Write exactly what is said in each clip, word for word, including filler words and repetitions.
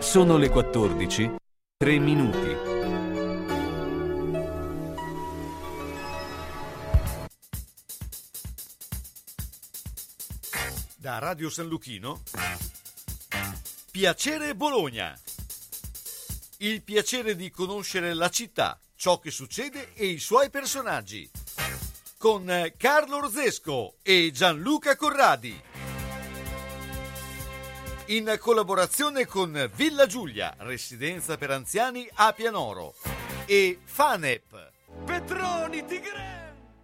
Sono le quattordici, tre minuti. Da Radio San Luchino, Piacere Bologna. Il piacere di conoscere la città, ciò che succede e i suoi personaggi. Con Carlo Orzesco e Gianluca Corradi. In collaborazione con Villa Giulia, residenza per anziani a Pianoro, e Fanep. Petroni Tigre.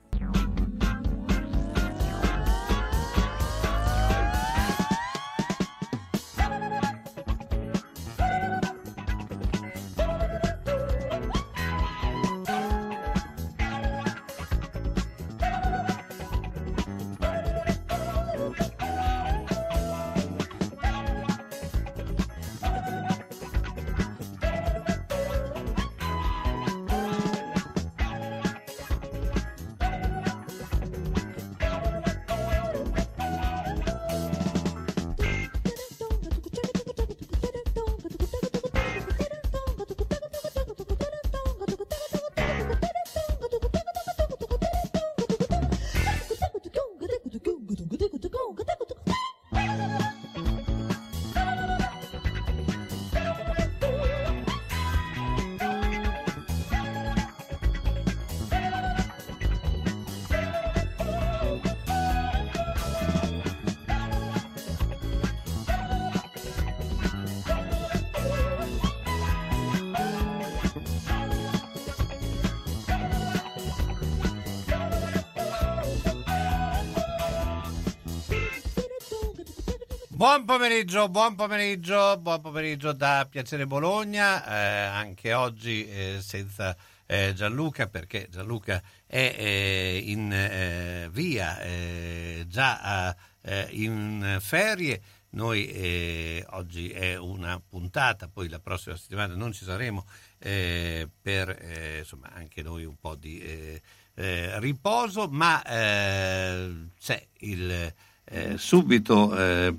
Buon pomeriggio, buon pomeriggio, buon pomeriggio da Piacere Bologna, eh, anche oggi eh, senza eh, Gianluca, perché Gianluca è eh, in eh, via, eh, già eh, in ferie. Noi eh, oggi è una puntata, poi la prossima settimana non ci saremo, eh, per eh, insomma anche noi un po' di eh, eh, riposo, ma eh, c'è il eh, subito... Eh,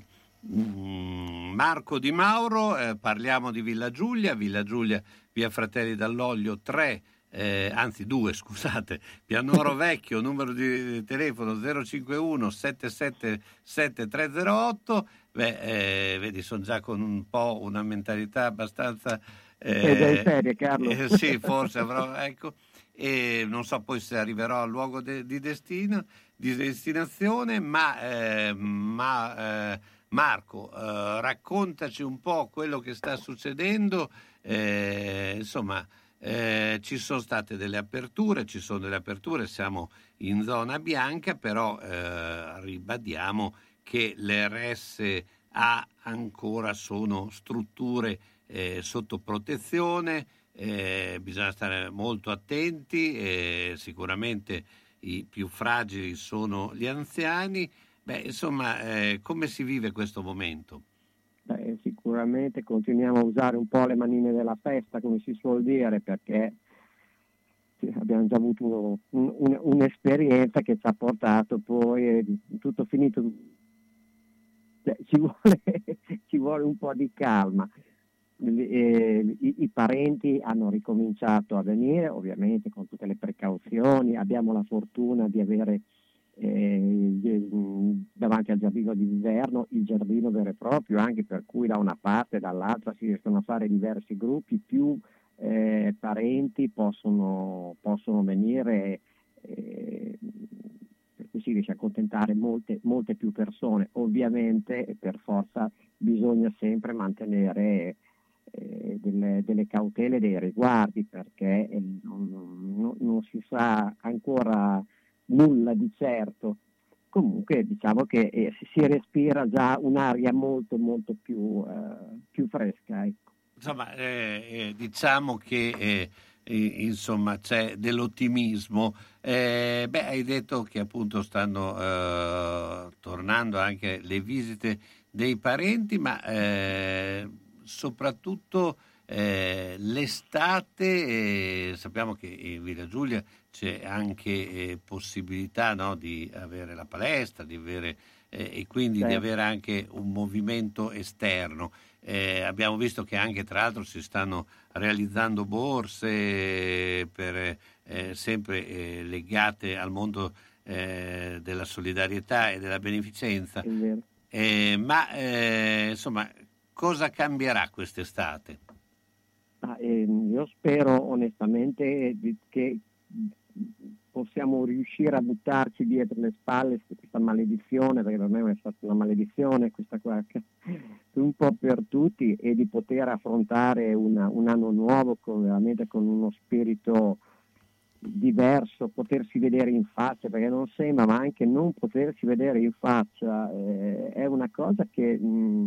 Marco Di Mauro, eh, parliamo di Villa Giulia, Villa Giulia, via Fratelli Dall'Olio tre, eh, anzi due, scusate, Pianoro Vecchio, numero di telefono zero cinquantuno sette sette sette tre zero otto. Beh, eh, vedi, sono già con un po' una mentalità abbastanza eh, serie, Carlo. Eh, sì, forse avrò, ecco, e non so poi se arriverò al luogo de, di destino, di destinazione, ma, eh, ma eh, Marco, eh, raccontaci un po' quello che sta succedendo, eh, insomma, eh, ci sono state delle aperture, ci sono delle aperture, siamo in zona bianca, però eh, ribadiamo che le R S A ancora sono strutture eh, sotto protezione, eh, bisogna stare molto attenti, eh, sicuramente i più fragili sono gli anziani. Beh, insomma, eh, come si vive questo momento? Beh, sicuramente continuiamo a usare un po' le manine della festa, come si suol dire, perché abbiamo già avuto un, un, un'esperienza che ci ha portato poi, eh, tutto finito, cioè, ci, vuole, ci vuole un po' di calma. Eh, i, i parenti hanno ricominciato a venire, ovviamente con tutte le precauzioni, abbiamo la fortuna di avere Eh, davanti al giardino d'inverno il giardino vero e proprio, anche per cui da una parte e dall'altra si riescono a fare diversi gruppi, più eh, parenti possono, possono venire, eh, per cui si riesce a accontentare molte, molte più persone. Ovviamente per forza bisogna sempre mantenere eh, delle, delle cautele, dei riguardi, perché eh, non, non, non si sa ancora nulla di certo. Comunque diciamo che eh, si respira già un'aria molto molto più, eh, più fresca, ecco. Insomma, eh, eh, diciamo che eh, eh, insomma c'è dell'ottimismo. Eh, beh, hai detto che appunto stanno eh, tornando anche le visite dei parenti, ma eh, soprattutto eh, l'estate, eh, sappiamo che in Villa Giulia c'è anche eh, possibilità, no, di avere la palestra, di avere eh, e quindi certo. di avere anche un movimento esterno. Eh, abbiamo visto che anche tra l'altro si stanno realizzando borse per, eh, sempre eh, legate al mondo eh, della solidarietà e della beneficenza. È vero. Eh, ma eh, insomma, cosa cambierà quest'estate? Ah, eh, io spero onestamente che possiamo riuscire a buttarci dietro le spalle questa maledizione, perché per me è stata una maledizione questa qua, un po' per tutti, e di poter affrontare una, un anno nuovo con, veramente con uno spirito diverso, potersi vedere in faccia, perché non sembra, ma anche non potersi vedere in faccia eh, è una cosa che mh,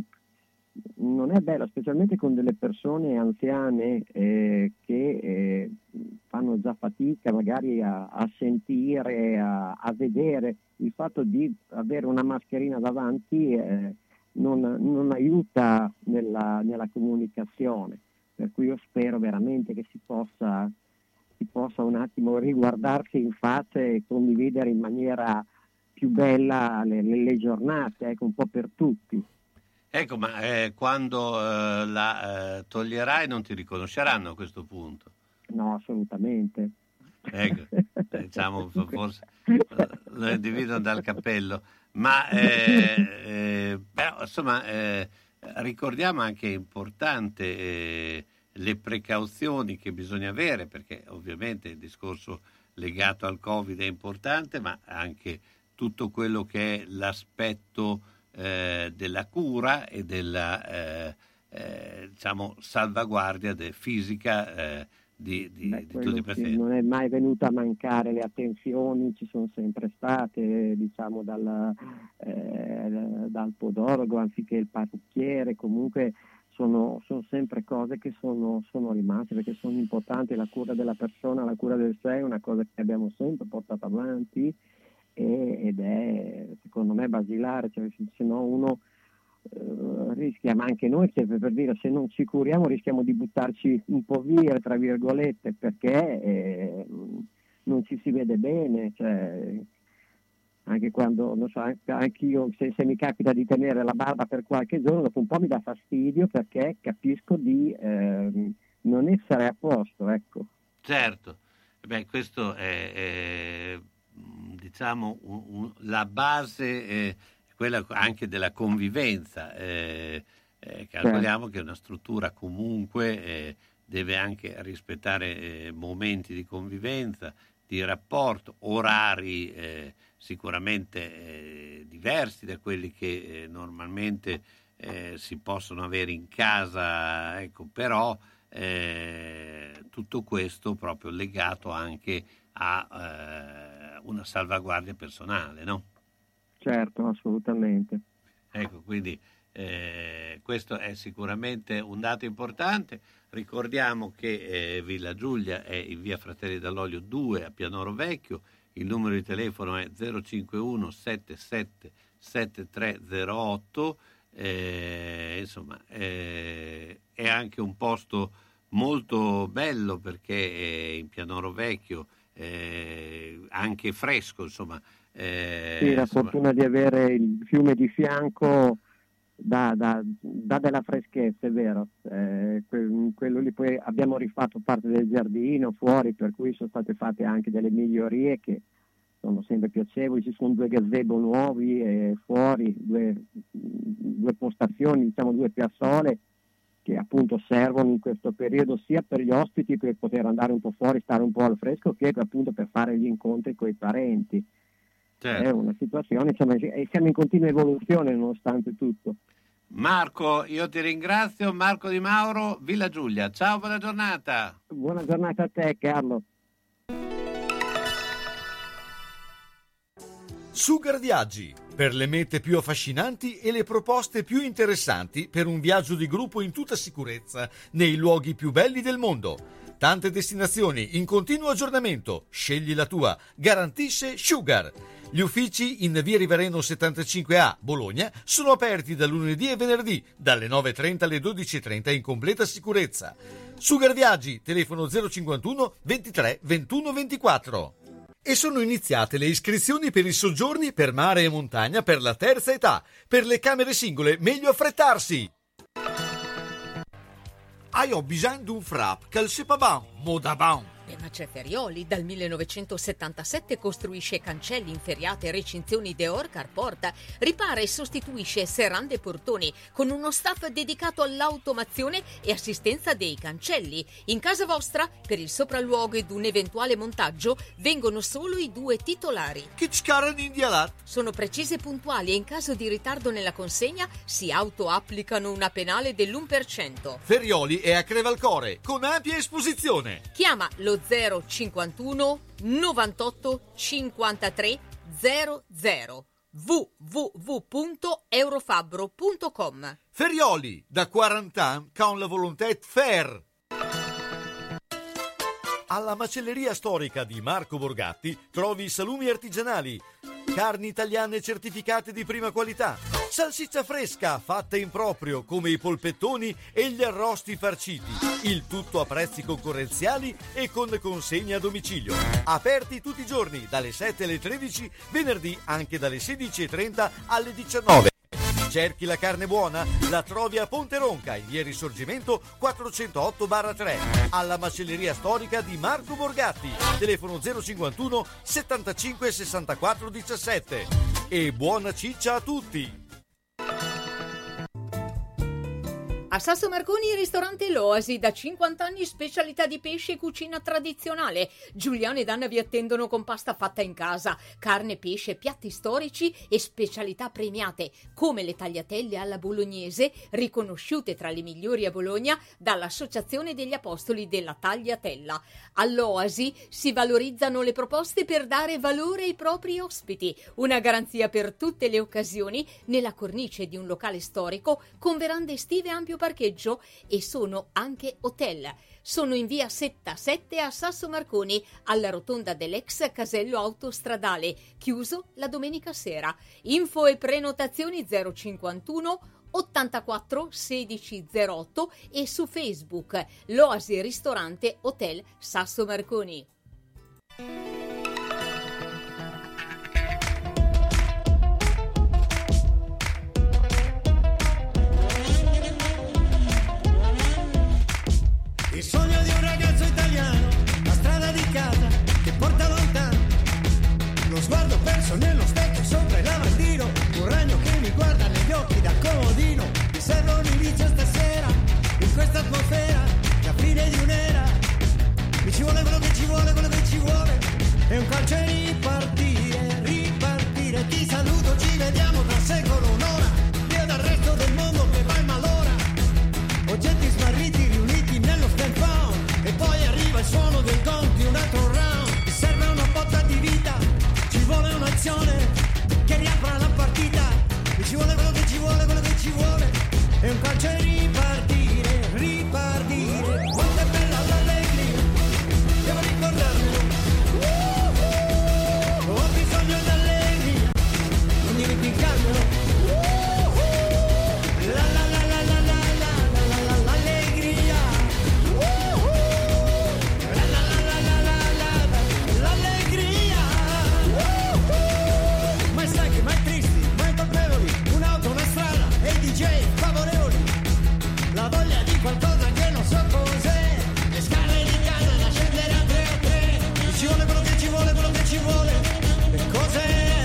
non è bella, specialmente con delle persone anziane eh, che eh, fanno già fatica magari a, a sentire, a, a vedere. Il fatto di avere una mascherina davanti eh, non, non aiuta nella, nella comunicazione, per cui io spero veramente che si possa, si possa un attimo riguardarsi in faccia e condividere in maniera più bella le, le, le giornate, ecco, un po' per tutti. Ecco, ma eh, quando eh, la eh, toglierai non ti riconosceranno a questo punto? No, assolutamente. Ecco, diciamo, forse lo individuano dal cappello, ma eh, eh, però, insomma, eh, ricordiamo anche importante eh, le precauzioni che bisogna avere, perché ovviamente il discorso legato al Covid è importante, ma anche tutto quello che è l'aspetto Eh, della cura e della eh, eh, diciamo salvaguardia de, fisica eh, di, di, Beh, di tutti i pazienti. Non è mai venuta a mancare, le attenzioni ci sono sempre state, diciamo dal, eh, dal podologo anziché il parrucchiere, comunque sono, sono sempre cose che sono, sono rimaste, perché sono importanti. La cura della persona, la cura del sé è una cosa che abbiamo sempre portato avanti ed è secondo me basilare, cioè, se no uno eh, rischia, ma anche noi sempre per dire, se non ci curiamo rischiamo di buttarci un po' via tra virgolette, perché eh, non ci si vede bene, cioè, anche quando non so, anche io se, se mi capita di tenere la barba per qualche giorno, dopo un po' mi dà fastidio perché capisco di eh, non essere a posto, ecco. Certo, beh, questo è, è diciamo un, un, la base eh, quella anche della convivenza, eh, eh, calcoliamo sì. che una struttura comunque eh, deve anche rispettare eh, momenti di convivenza, di rapporto, orari eh, sicuramente eh, diversi da quelli che eh, normalmente eh, si possono avere in casa, ecco, però eh, tutto questo proprio legato anche a eh, una salvaguardia personale, no? Certo, assolutamente. Ecco, quindi eh, questo è sicuramente un dato importante. Ricordiamo che eh, Villa Giulia è in via Fratelli dall'Olio due a Pianoro Vecchio, il numero di telefono è zero cinque uno sette sette sette tre zero otto, eh, insomma eh, è anche un posto molto bello perché è in Pianoro Vecchio, Eh, anche fresco, insomma. Eh, sì, la insomma. fortuna di avere il fiume di fianco dà, dà, dà della freschezza, è vero. Eh, que- quello lì, poi abbiamo rifatto parte del giardino fuori, per cui sono state fatte anche delle migliorie che sono sempre piacevoli. Ci sono due gazebo nuovi eh, fuori, due, due postazioni, diciamo due piazzole che appunto servono in questo periodo sia per gli ospiti per poter andare un po' fuori, stare un po' al fresco, che appunto per fare gli incontri con i parenti. Certo. È una situazione, insomma, siamo in continua evoluzione nonostante tutto. Marco, io ti ringrazio. Marco Di Mauro, Villa Giulia. Ciao, buona giornata. Buona giornata a te, Carlo. Sugar Viaggi, per le mete più affascinanti e le proposte più interessanti per un viaggio di gruppo in tutta sicurezza nei luoghi più belli del mondo. Tante destinazioni in continuo aggiornamento. Scegli la tua. Garantisce Sugar. Gli uffici in via Rivareno settantacinque A, Bologna, sono aperti da lunedì e venerdì, dalle nove e trenta alle dodici e trenta in completa sicurezza. Sugar Viaggi, telefono zero cinquantuno ventitré ventuno ventiquattro. E sono iniziate le iscrizioni per i soggiorni per mare e montagna per la terza età. Per le camere singole, meglio affrettarsi. Hai ho bisogno di un frap, che il pas moda bon. Eh, ma c'è Ferioli, dal millenovecentosettantasette costruisce cancelli, inferriate, recinzioni Deor Carporta, ripara e sostituisce serrande e portoni con uno staff dedicato all'automazione e assistenza dei cancelli. In casa vostra, per il sopralluogo ed un eventuale montaggio, vengono solo i due titolari. Che scarano in dialat. Sono precise e puntuali e in caso di ritardo nella consegna si autoapplicano una penale dell'uno per cento. Ferioli è a Crevalcore, con ampia esposizione. Chiama lo zero cinquantuno novantotto cinquantatré zero zero w w w punto eurofabbro punto com. Ferioli, da quaranta anni, con la volontà de faire. Alla macelleria storica di Marco Borgatti trovi salumi artigianali, carni italiane certificate di prima qualità, salsiccia fresca fatta in proprio come i polpettoni e gli arrosti farciti, il tutto a prezzi concorrenziali e con consegna a domicilio. Aperti tutti i giorni dalle sette alle tredici, venerdì anche dalle sedici e trenta alle diciannove. Cerchi la carne buona? La trovi a Ponte Ronca, in via Risorgimento quattrocentootto tre, alla macelleria storica di Marco Borgatti. Telefono zero cinquantuno settantacinque sessantaquattro diciassette. E buona ciccia a tutti! A Sasso Marconi, ristorante L'Oasi, da cinquanta anni specialità di pesce e cucina tradizionale. Giuliano ed Anna vi attendono con pasta fatta in casa, carne, pesce, piatti storici e specialità premiate, come le tagliatelle alla bolognese, riconosciute tra le migliori a Bologna dall'Associazione degli Apostoli della Tagliatella. All'Oasi si valorizzano le proposte per dare valore ai propri ospiti, una garanzia per tutte le occasioni nella cornice di un locale storico con verande estive e ampio parcheggio, e sono anche hotel. Sono in via settantasette a Sasso Marconi, alla rotonda dell'ex casello autostradale, chiuso la domenica sera. Info e prenotazioni zero cinquantuno ottantaquattro sedici zero otto e su Facebook L'Oasi Ristorante Hotel Sasso Marconi. Il sogno di un ragazzo italiano, la strada di casa che porta lontano, lo sguardo perso nello specchio sopra il lavandino, un ragno che mi guarda negli occhi da comodino. Mi serve un inizio stasera, in questa atmosfera, la fine di un'era. Mi ci vuole quello che ci vuole, quello che ci vuole, è un calcio e ripartire, ripartire. Ti saluto, ci vediamo tra secolo, un'ora, via dal resto del mondo che va in malora. Oggetti smarriti riuniti nello stand found, e poi arriva il suono del gong di un altro round. Ti serve una botta di vita, ci vuole un'azione che riapra la partita. Mi ci vuole quello che ci vuole, quello che ci vuole, è un calcio e ripartire, ripartire. Quanto è bella l'allegria, devo ricordarmelo. Uh-huh. Ho bisogno d'allegria, non dimenticarmelo. Uh-huh. La la la la la la la. L'allegria, uh-huh. la la la la la la la, l'allegria, uh-huh. Mai stanchi, mai tristi, mai colpevoli, un'auto, una strada e i D J favorevoli, la voglia di qualcosa che non so cos'è, le scale di casa da scendere a tre a tre, mi ci vuole quello che ci vuole, quello che ci vuole, e cos'è?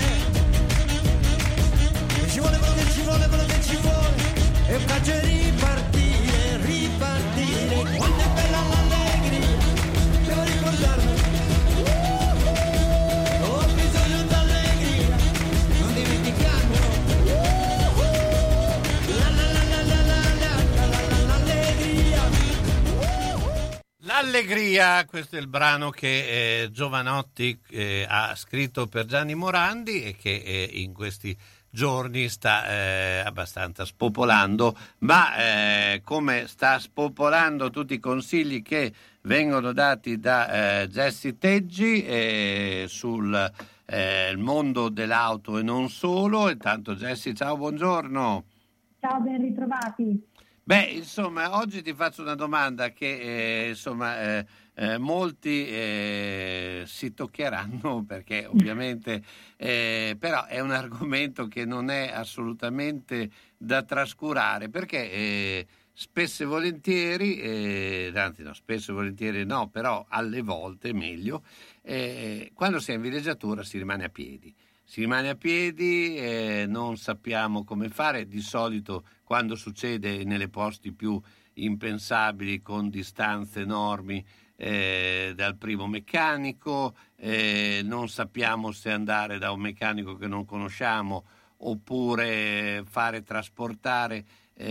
Mi ci vuole quello che ci vuole, quello che ci vuole, e un calcio e ripartire, ripartire. Quanto è bella l'allegria, devo ricordarmi. Uh-huh. Ho bisogno d'allegria, non dimenticarmelo. Uh-huh. La la la la la la la la la l'allegria. Uh-huh. L'allegria, questo è il brano che eh, Giovanotti eh, ha scritto per Gianni Morandi e che eh, in questi giorni sta eh, abbastanza spopolando, ma eh, come sta spopolando tutti i consigli che vengono dati da eh, Jessie Teggi eh, sul eh, mondo dell'auto e non solo. Intanto Jessie, ciao, buongiorno. Ciao, ben ritrovati. Beh, insomma, oggi ti faccio una domanda che eh, insomma eh, eh, molti eh, si toccheranno perché ovviamente eh, però è un argomento che non è assolutamente da trascurare perché eh, spesso e volentieri, eh, anzi no, spesso e volentieri no, però alle volte meglio, eh, quando si è in villeggiatura si rimane a piedi. Si rimane a piedi, eh, non sappiamo come fare, di solito quando succede nelle posti più impensabili con distanze enormi eh, dal primo meccanico, eh, non sappiamo se andare da un meccanico che non conosciamo oppure fare trasportare,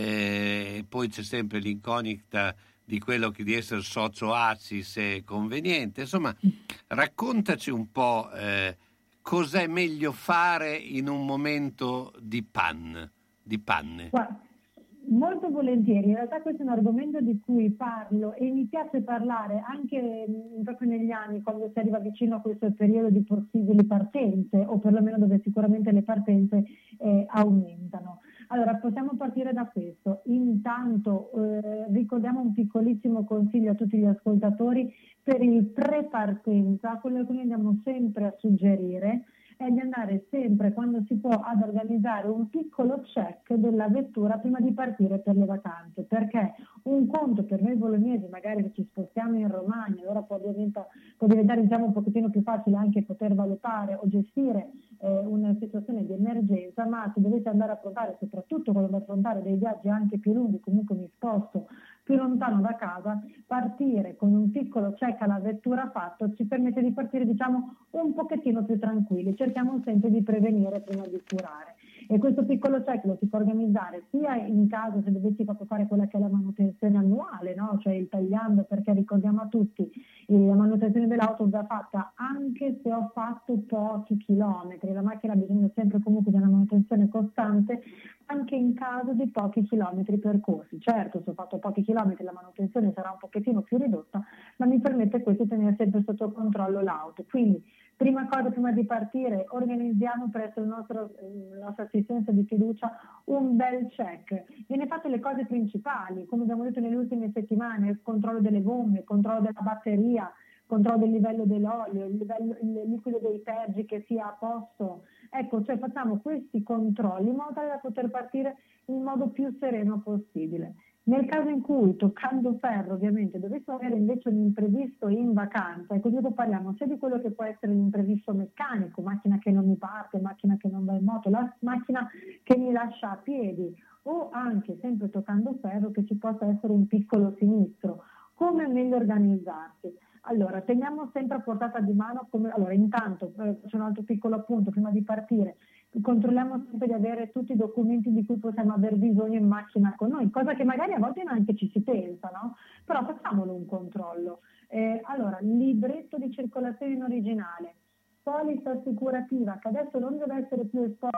e eh, poi c'è sempre l'incognita di quello che di essere socio A C I se è conveniente. Insomma, raccontaci un po' eh, cos'è meglio fare in un momento di pan, di panne? Guarda, molto volentieri, in realtà questo è un argomento di cui parlo e mi piace parlare anche proprio negli anni quando si arriva vicino a questo periodo di possibili partenze o perlomeno dove sicuramente le partenze eh, aumentano. Allora possiamo partire da questo. Intanto eh, ricordiamo un piccolissimo consiglio a tutti gli ascoltatori per il pre-partenza, quello che noi andiamo sempre a suggerire è di andare sempre quando si può ad organizzare un piccolo check della vettura prima di partire per le vacanze, perché un conto per noi bolognesi, magari se ci spostiamo in Romagna, allora può diventare, può diventare diciamo, un pochettino più facile anche poter valutare o gestire eh, una situazione di emergenza, ma se dovete andare a affrontare, soprattutto quando devo affrontare dei viaggi anche più lunghi, comunque mi sposto più lontano da casa, partire con un piccolo check alla vettura fatto ci permette di partire diciamo un pochettino più tranquilli. Cerchiamo sempre di prevenire prima di curare e questo piccolo check lo si può organizzare sia in caso se dovessi proprio fare quella che è la manutenzione annuale, no? Cioè il tagliando, perché ricordiamo a tutti la manutenzione dell'auto va fatta anche se ho fatto pochi chilometri, la macchina ha bisogno sempre comunque di una manutenzione costante anche in caso di pochi chilometri percorsi. Certo, se ho fatto pochi chilometri la manutenzione sarà un pochettino più ridotta, ma mi permette questo di tenere sempre sotto controllo l'auto. Quindi prima cosa, prima di partire, organizziamo presso il nostro, la nostra assistenza di fiducia un bel check. Viene fatte le cose principali, come abbiamo detto nelle ultime settimane, il controllo delle gomme, il controllo della batteria, il controllo del livello dell'olio, il, livello, il liquido dei tergi che sia a posto. Ecco, cioè facciamo questi controlli in modo tale da poter partire in modo più sereno possibile. Nel caso in cui, toccando ferro ovviamente, dovessimo avere invece un imprevisto in vacanza, e così dopo parliamo sia di quello che può essere l'imprevisto meccanico, macchina che non mi parte, macchina che non va in moto, la macchina che mi lascia a piedi, o anche, sempre toccando ferro, che ci possa essere un piccolo sinistro. Come è meglio organizzarsi? Allora, teniamo sempre a portata di mano, come, allora intanto, eh, c'è un altro piccolo appunto, prima di partire, controlliamo sempre di avere tutti i documenti di cui possiamo aver bisogno in macchina con noi, cosa che magari a volte neanche ci si pensa, no? Però facciamolo un controllo. Eh, allora, libretto di circolazione in originale, polizza assicurativa, che adesso non deve essere più esposta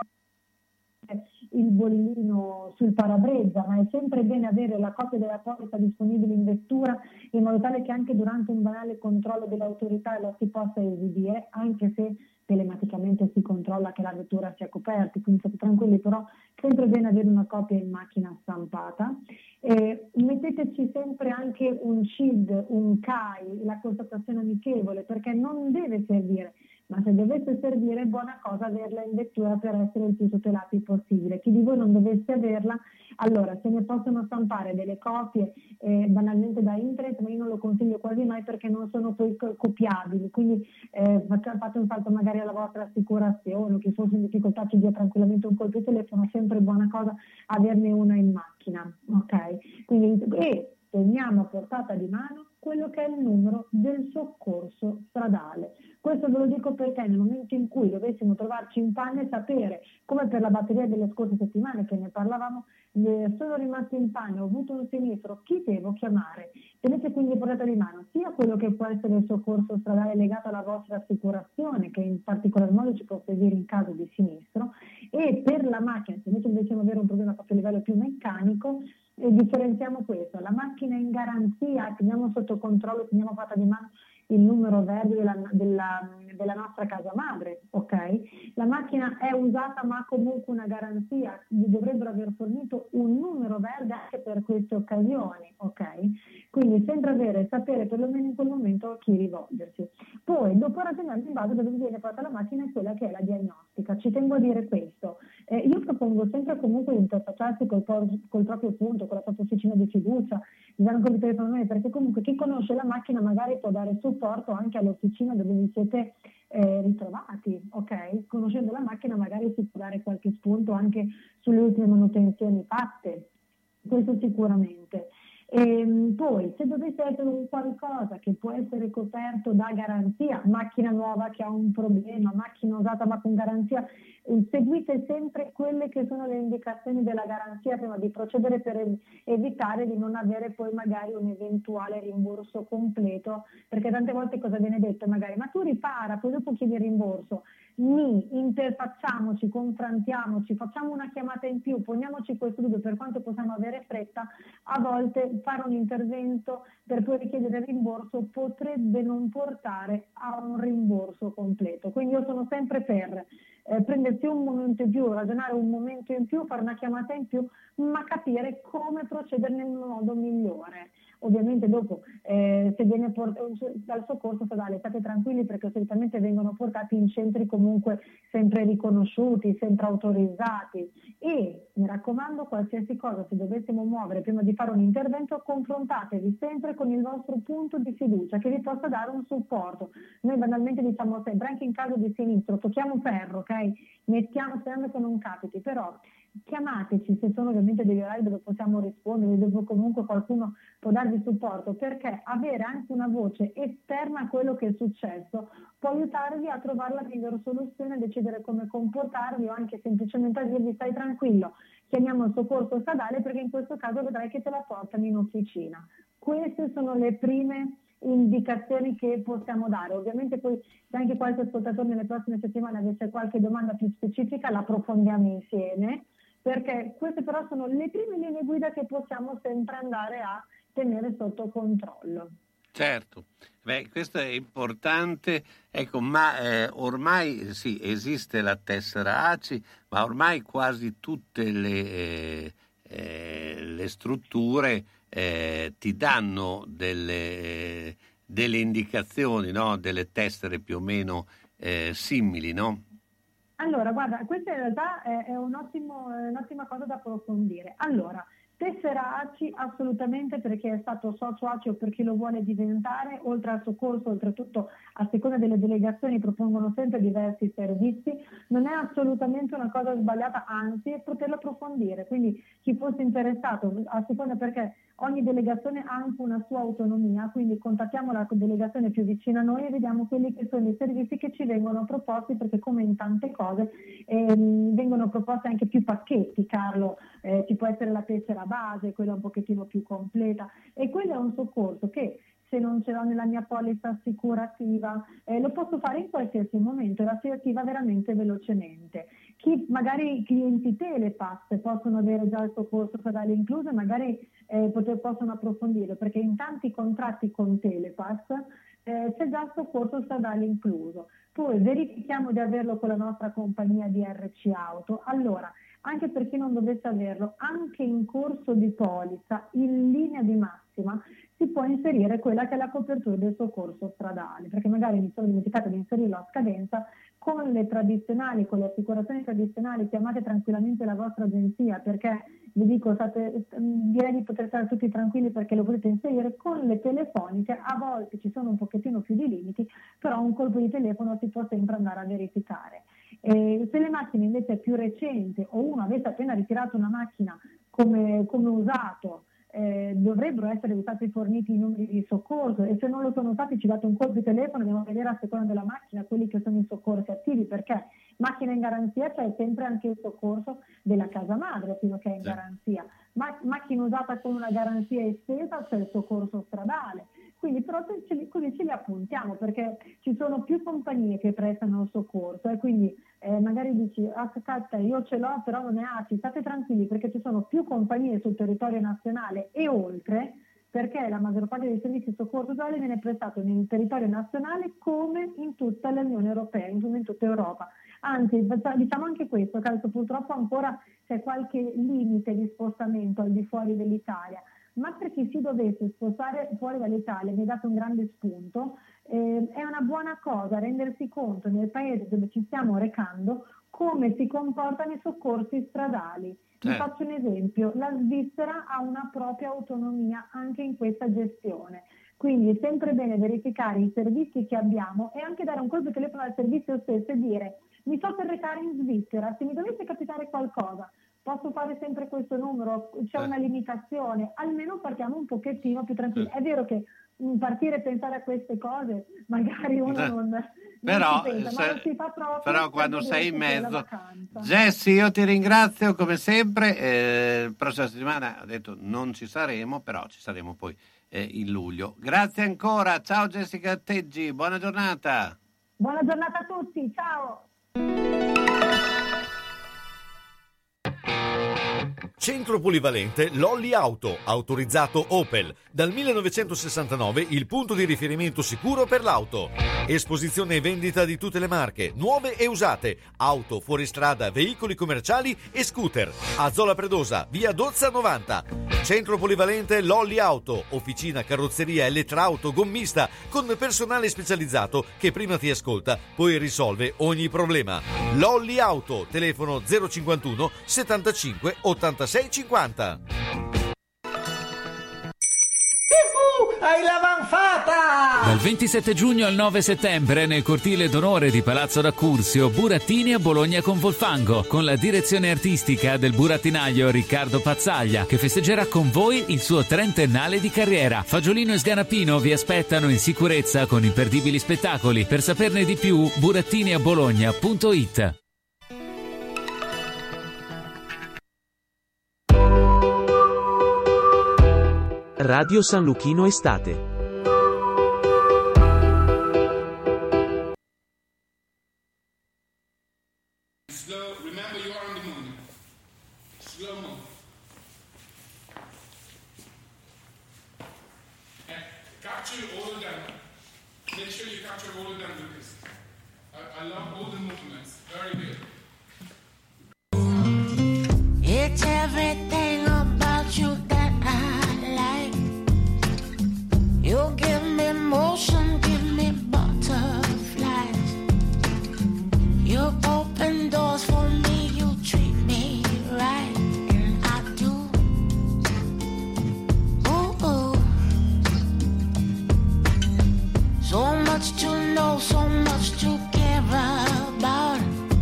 il bollino sul parabrezza, ma è sempre bene avere la copia della polizza disponibile in vettura in modo tale che anche durante un banale controllo dell'autorità la si possa esibire, anche se telematicamente si controlla che la vettura sia coperta, quindi state tranquilli, però sempre bene avere una copia in macchina stampata. Eh, metteteci sempre anche un C I D, un C A I, la constatazione amichevole, perché non deve servire, ma se dovesse servire è buona cosa averla in vettura per essere il più tutelati possibile. Chi di voi non dovesse averla, allora se ne possono stampare delle copie eh, banalmente da internet, ma io non lo consiglio quasi mai perché non sono poi copiabili, quindi eh, fate un salto magari alla vostra assicurazione, o chi fosse in difficoltà ci dia tranquillamente un colpo di telefono, è sempre buona cosa averne una in macchina, ok? Quindi e teniamo a portata di mano quello che è il numero del soccorso stradale. Questo ve lo dico perché nel momento in cui dovessimo trovarci in panne, sapere, come per la batteria delle scorse settimane che ne parlavamo, eh, sono rimasti in panne, ho avuto un sinistro, chi devo chiamare? Tenete quindi a portata di mano sia quello che può essere il soccorso stradale legato alla vostra assicurazione, che in particolar modo ci può servire in caso di sinistro, e per la macchina, se invece dovessimo avere un problema proprio a livello più meccanico, e differenziamo questo, la macchina in garanzia, teniamo sotto controllo, teniamo fatta di mano il numero verde della, della, della nostra casa madre, ok? La macchina è usata ma ha comunque una garanzia, gli dovrebbero aver fornito un numero verde anche per queste occasioni, ok? Quindi sempre avere, sapere perlomeno in quel momento a chi rivolgersi. Poi dopo ragionare in base a dove viene fatta la macchina e quella che è la diagnostica. Ci tengo a dire questo, eh, io propongo sempre comunque di interfacciarsi col, col proprio punto, con la propria officina di fiducia, di dare un colpo di telefono, perché comunque chi conosce la macchina magari può dare supporto anche all'officina dove vi siete eh, ritrovati, ok? Conoscendo la macchina magari si può dare qualche spunto anche sulle ultime manutenzioni fatte, questo sicuramente. E poi se dovesse essere un qualcosa che può essere coperto da garanzia, macchina nuova che ha un problema, macchina usata ma con garanzia, seguite sempre quelle che sono le indicazioni della garanzia prima di procedere per evitare di non avere poi magari un eventuale rimborso completo, perché tante volte cosa viene detto magari ma tu ripara, poi dopo chiedi il rimborso. Ni, interfacciamoci, confrontiamoci, facciamo una chiamata in più, poniamoci questo dubbio per quanto possiamo avere fretta, a volte fare un intervento per poi richiedere il rimborso potrebbe non portare a un rimborso completo. Quindi io sono sempre per eh, prendersi un momento in più, ragionare un momento in più, fare una chiamata in più, ma capire come procedere nel modo migliore. Ovviamente dopo eh, se viene port- dal soccorso stradale state tranquilli perché solitamente vengono portati in centri comunque sempre riconosciuti, sempre autorizzati e mi raccomando qualsiasi cosa se dovessimo muovere prima di fare un intervento confrontatevi sempre con il vostro punto di fiducia che vi possa dare un supporto. Noi banalmente diciamo sempre anche in caso di sinistro tocchiamo ferro, ok? Mettiamo sperando che non capiti, però chiamateci se sono ovviamente degli orari dove possiamo rispondere, dove comunque qualcuno può darvi supporto, perché avere anche una voce esterna a quello che è successo può aiutarvi a trovare la migliore soluzione, a decidere come comportarvi o anche semplicemente a dirvi stai tranquillo, chiamiamo il soccorso stradale perché in questo caso vedrai che te la portano in officina. Queste sono le prime indicazioni che possiamo dare. Ovviamente poi se anche qualche ascoltatore nelle prossime settimane avesse qualche domanda più specifica la approfondiamo insieme, perché queste però sono le prime linee guida che possiamo sempre andare a tenere sotto controllo. Certo, beh, questo è importante, ecco, ma eh, ormai sì, esiste la tessera A C I, ma ormai quasi tutte le, eh, eh, le strutture eh, ti danno delle, delle indicazioni, no? Delle tessere più o meno eh, simili, no? Allora, guarda, questa in realtà è, è, un ottimo, è un'ottima cosa da approfondire. Allora, tessera A C I assolutamente perché è stato socio A C I o per chi lo vuole diventare, oltre al soccorso, oltretutto a seconda delle delegazioni propongono sempre diversi servizi, non è assolutamente una cosa sbagliata, anzi è poterlo approfondire, quindi chi fosse interessato, a seconda perché ogni delegazione ha anche una sua autonomia, quindi contattiamo la delegazione più vicina a noi e vediamo quelli che sono i servizi che ci vengono proposti, perché come in tante cose ehm, vengono proposti anche più pacchetti, Carlo, eh, ci può essere la tessera base, quella un pochettino più completa e quello è un soccorso che se non ce l'ho nella mia polizza assicurativa eh, lo posso fare in qualsiasi momento e la si attiva veramente velocemente. Chi magari clienti Telepass possono avere già il soccorso stradale incluso e magari eh, poter, possono approfondirlo perché in tanti contratti con Telepass eh, c'è già il soccorso stradale incluso. Poi verifichiamo di averlo con la nostra compagnia di R C Auto. Allora, anche per chi non dovesse averlo, anche in corso di polizza, in linea di massima, si può inserire quella che è la copertura del soccorso stradale, perché magari mi sono dimenticata di inserirlo a scadenza, con le tradizionali, con le assicurazioni tradizionali, chiamate tranquillamente la vostra agenzia, perché vi dico, state, direi di poter stare tutti tranquilli perché lo potete inserire. Con le telefoniche a volte ci sono un pochettino più di limiti, però un colpo di telefono si può sempre andare a verificare. E se le macchine invece è più recente o uno avesse appena ritirato una macchina come, come usato, eh, dovrebbero essere stati forniti i numeri di soccorso e se non lo sono stati ci date un colpo di telefono, andiamo a vedere a seconda della macchina quelli che sono i soccorsi attivi, perché macchina in garanzia c'è sempre anche il soccorso della casa madre fino a che è in sì. garanzia, Ma- macchina usata con una garanzia estesa c'è il soccorso stradale. Quindi però ce li, così ce li appuntiamo perché ci sono più compagnie che prestano il soccorso e quindi eh, magari dici aspetta io ce l'ho però non è A C I, state tranquilli perché ci sono più compagnie sul territorio nazionale e oltre perché la maggior parte dei servizi di soccorso stradale viene prestato nel territorio nazionale come in tutta l'Unione Europea, in tutta Europa. Anzi, diciamo anche questo, che adesso purtroppo ancora c'è qualche limite di spostamento al di fuori dell'Italia, ma per chi si dovesse spostare fuori dall'Italia, mi ha dato un grande spunto, eh, è una buona cosa rendersi conto nel paese dove ci stiamo recando come si comportano i soccorsi stradali. Vi Eh. faccio un esempio, la Svizzera ha una propria autonomia anche in questa gestione, quindi è sempre bene verificare i servizi che abbiamo e anche dare un colpo di telefono al servizio stesso e dire: mi sto per recare in Svizzera, se mi dovesse capitare qualcosa posso fare sempre questo numero, c'è Eh. una limitazione, almeno partiamo un pochettino più tranquilli. È vero che mh, partire e pensare a queste cose magari uno Eh. non, non Però, ci pensa, se- ma non si fa proprio però quando per sei in godersi quella mezzo, vacanza. Jessy, io ti ringrazio come sempre. Eh, prossima settimana ho detto non ci saremo, però ci saremo poi eh, in luglio. Grazie ancora, ciao Jessica Teggi, buona giornata. Buona giornata a tutti, ciao! Centro polivalente Lolli Auto, autorizzato Opel. Dal millenovecentosessantanove il punto di riferimento sicuro per l'auto. Esposizione e vendita di tutte le marche, nuove e usate, auto, fuoristrada, veicoli commerciali e scooter. A Zola Predosa, via Dozza novanta. Centro polivalente Lolli Auto, officina, carrozzeria, elettrauto, gommista, con personale specializzato che prima ti ascolta, poi risolve ogni problema. Lolli Auto, telefono zero cinquantuno settantacinque ottantasei cinquanta. Hai l'avanfata! Dal ventisette giugno al nove settembre nel cortile d'onore di Palazzo d'Accursio, Burattini a Bologna con Volfango, con la direzione artistica del burattinaio Riccardo Pazzaglia, che festeggerà con voi il suo trentennale di carriera. Fagiolino e Sganapino vi aspettano in sicurezza con imperdibili spettacoli. Per saperne di più, burattiniabologna punto it. Radio San Luchino Estate. Slow, remember you are on the moon. Slow mo. And capture all of them. Make sure you capture all of them, Lucas. I, I love all the movements. Very good. It's everything about you that I like. You give me motion, give me butterflies. You open doors for me, you treat me right, and I do. Ooh, ooh. So much to know, so much to care about.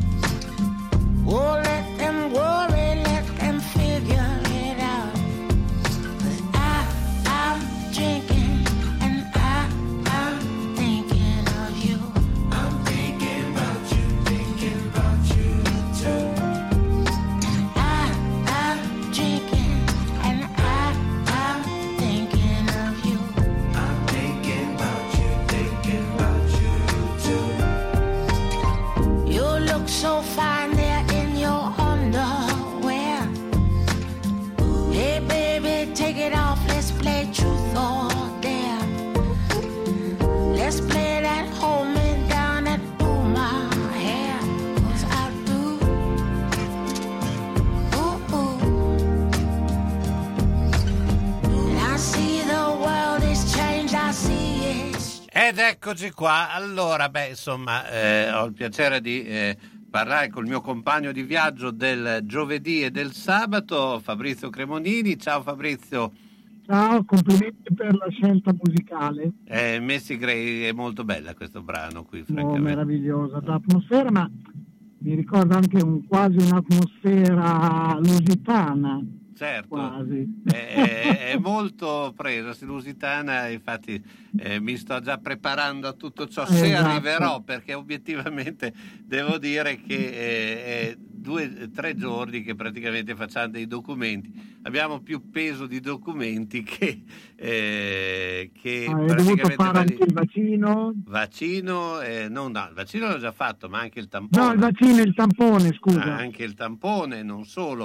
Oh, let them worry, let them figure it out. 'Cause I, I'm drinking and I, I'm thinking of you. I'm thinking about you, thinking about you too. I, I'm drinking and I, I'm thinking of you. I'm thinking about you, thinking about you too. You look so fine there in your underwear. Hey baby, take it off, let's play truth or dare. Let's play that hold me down and pull my hair. 'Cause I do. Ooh, ooh. And I see the world is changed, I see it. Ed eccoci qua. Allora, beh, insomma, eh, ho il piacere di eh, parlare col mio compagno di viaggio del giovedì e del sabato, Fabrizio Cremonini. Ciao Fabrizio. Ciao, complimenti per la scelta musicale. Eh, Messi Gray, è molto bella questo brano qui, Oh, francamente. meravigliosa l'atmosfera, ma mi ricorda anche un, quasi un'atmosfera lusitana. Certo, Quasi. è, è molto presa, sì, lusitana, infatti eh, mi sto già preparando a tutto ciò, se Esatto. arriverò, perché obiettivamente devo dire che eh, è due tre giorni che praticamente facciamo dei documenti, abbiamo più peso di documenti che, eh, che Ah, hai dovuto praticamente fare vali- anche il vaccino? vaccino, eh, no, no, il vaccino l'ho già fatto, ma anche il tampone. No, il vaccino e il tampone, scusa. Ah, anche il tampone, non solo.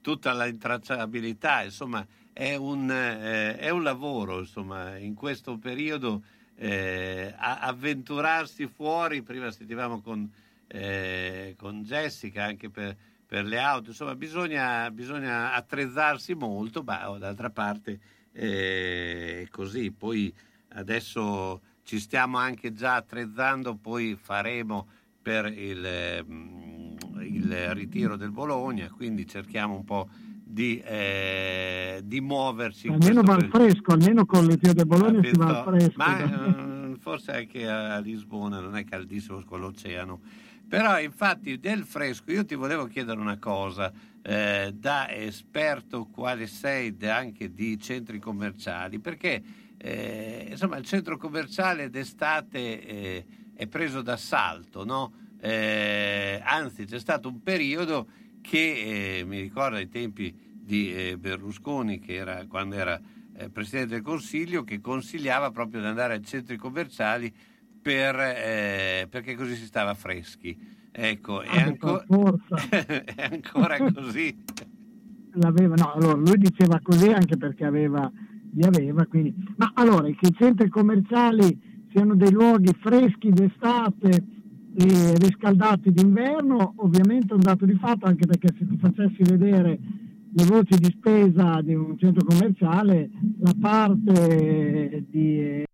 tutta la intracciabilità, insomma è un, eh, è un lavoro, insomma, in questo periodo eh, a, avventurarsi fuori. Prima sentivamo con, eh, con Jessica anche per, per le auto, insomma bisogna, bisogna attrezzarsi molto, ma oh, d'altra parte eh, è così. Poi adesso ci stiamo anche già attrezzando, poi faremo per il, il ritiro del Bologna, quindi cerchiamo un po' di, eh, di muoverci. Almeno va al fresco, almeno con il ritiro del Bologna Capito? si va al fresco. Ma eh, forse anche a Lisbona non è caldissimo con l'oceano. Però infatti del fresco io ti volevo chiedere una cosa, eh, da esperto quale sei anche di centri commerciali, perché eh, insomma il centro commerciale d'estate eh, è preso d'assalto, no? Eh, anzi c'è stato un periodo che eh, mi ricordo ai tempi di eh, Berlusconi, che era quando era eh, Presidente del Consiglio, che consigliava proprio di andare ai centri commerciali per, eh, perché così si stava freschi. Ecco, è, Ah, anco- forza. è ancora così. L'aveva, no, allora lui diceva così anche perché aveva, li aveva, quindi. Ma allora, che i centri commerciali siano dei luoghi freschi d'estate e riscaldati d'inverno, ovviamente è un dato di fatto, anche perché se ti facessi vedere le voci di spesa di un centro commerciale, la parte di eh,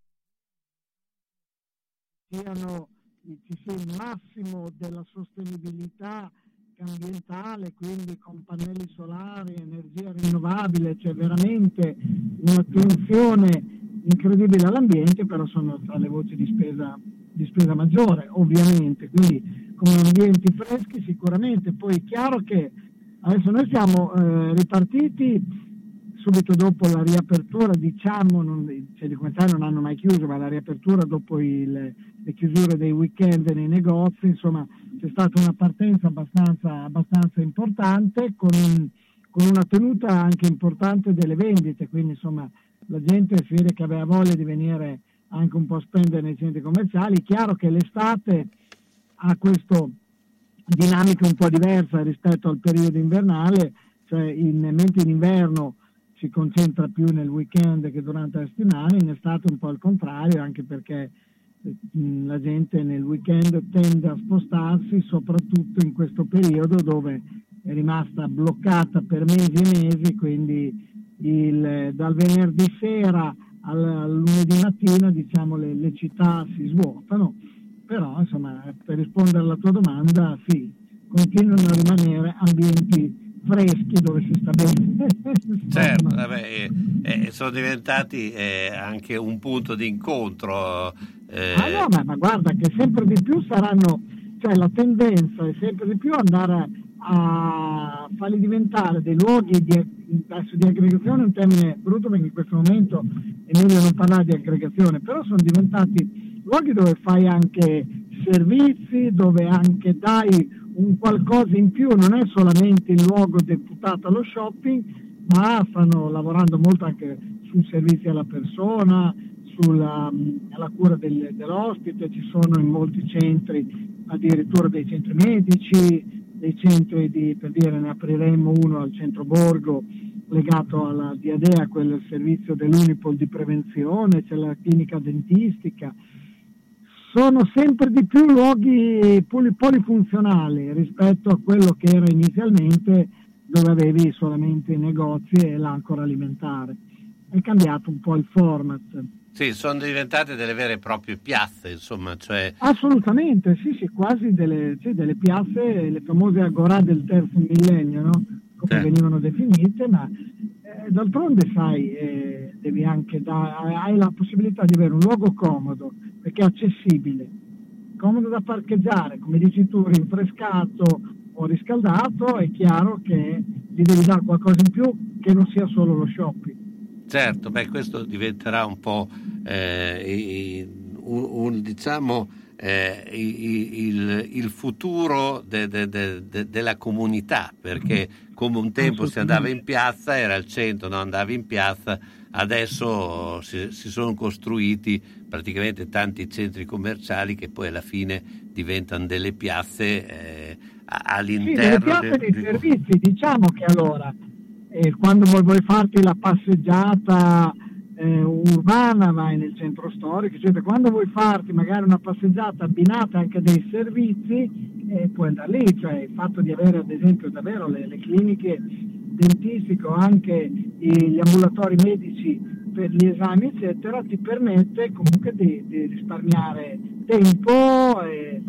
siano, ci sia il massimo della sostenibilità ambientale, quindi con pannelli solari, energia rinnovabile, cioè veramente un'attenzione incredibile all'ambiente, però sono tra le voci di spesa di spesa maggiore, ovviamente, quindi come ambienti freschi sicuramente. Poi è chiaro che adesso noi siamo eh, ripartiti subito dopo la riapertura, diciamo, non, i centri commerciali non hanno mai chiuso, ma la riapertura dopo il, le chiusure dei weekend nei negozi, insomma c'è stata una partenza abbastanza, abbastanza importante, con, con una tenuta anche importante delle vendite, quindi insomma la gente si vede che aveva voglia di venire anche un po' a spendere nei centri commerciali. Chiaro che l'estate ha questa dinamica un po' diversa rispetto al periodo invernale, cioè in, mentre in inverno si concentra più nel weekend che durante la settimana, in estate un po' al contrario, anche perché mh, la gente nel weekend tende a spostarsi, soprattutto in questo periodo dove è rimasta bloccata per mesi e mesi, quindi il, dal venerdì sera al, al lunedì mattina, diciamo, le, le città si svuotano. Però insomma, per rispondere alla tua domanda, sì, continuano a rimanere ambienti freschi dove si sta bene. Certo, vabbè, eh, eh, sono diventati eh, anche un punto di incontro. Eh. Ah no, ma, ma guarda che sempre di più saranno, cioè la tendenza è sempre di più andare a, a farli diventare dei luoghi di, adesso di aggregazione, è un termine brutto perché in questo momento è meglio non parlare di aggregazione, però sono diventati luoghi dove fai anche servizi, dove anche dai un qualcosa in più, non è solamente il luogo deputato allo shopping, ma stanno lavorando molto anche sui servizi alla persona, sulla alla cura del, dell'ospite. Ci sono in molti centri addirittura dei centri medici, dei centri di, per dire, ne apriremo uno al centro Borgo legato alla Diadea, quel servizio dell'Unipol di prevenzione, c'è la clinica dentistica. Sono sempre di più luoghi poli, polifunzionali rispetto a quello che era inizialmente, dove avevi solamente i negozi e l'ancora alimentare. È cambiato un po' il format. Sì, sono diventate delle vere e proprie piazze, insomma, cioè... Assolutamente, sì, sì, quasi delle, sì, delle piazze, le famose agorà del terzo millennio, no? Come sì. venivano definite, ma eh, d'altronde sai, eh, devi anche da, hai la possibilità di avere un luogo comodo, perché è accessibile, comodo da parcheggiare, come dici tu, rinfrescato o riscaldato. È chiaro che gli devi dare qualcosa in più che non sia solo lo shopping. Certo, beh, questo diventerà un po' eh, un, un diciamo eh, il, il futuro de, de, de, de, della comunità, perché come un tempo si andava in piazza, era il centro, no? Andavi in piazza, adesso si, si sono costruiti praticamente tanti centri commerciali che poi alla fine diventano delle piazze eh, all'interno sì, delle piazze del, dei servizi. Diciamo che allora e quando vuoi, vuoi farti la passeggiata eh, urbana vai nel centro storico, cioè, quando vuoi farti magari una passeggiata abbinata anche a dei servizi eh, puoi andare lì, cioè il fatto di avere ad esempio davvero le, le cliniche dentistiche o anche gli ambulatori medici per gli esami eccetera ti permette comunque di, di risparmiare tempo e,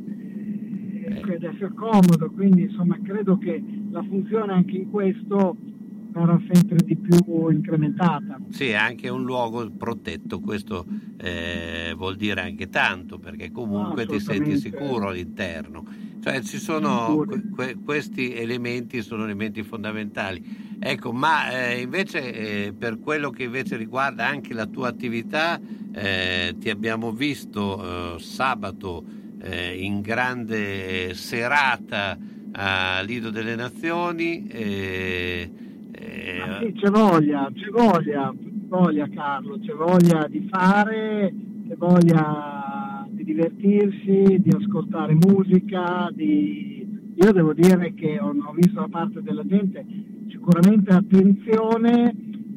e di essere comodo, quindi insomma credo che la funzione anche in questo sarà sempre di più incrementata. Sì, è anche un luogo protetto, questo eh, vuol dire anche tanto, perché comunque Ah, ti senti assolutamente. sicuro all'interno. Cioè ci sono que- que- questi elementi sono elementi fondamentali. Ecco, ma eh, invece eh, per quello che invece riguarda anche la tua attività, eh, ti abbiamo visto eh, sabato eh, in grande serata a Lido delle Nazioni. Eh, eh, Ah, sì, c'è voglia, c'è voglia, c'è voglia Carlo, c'è voglia di fare, c'è voglia di divertirsi, di ascoltare musica, di... io devo dire che ho, ho visto da parte della gente sicuramente attenzione,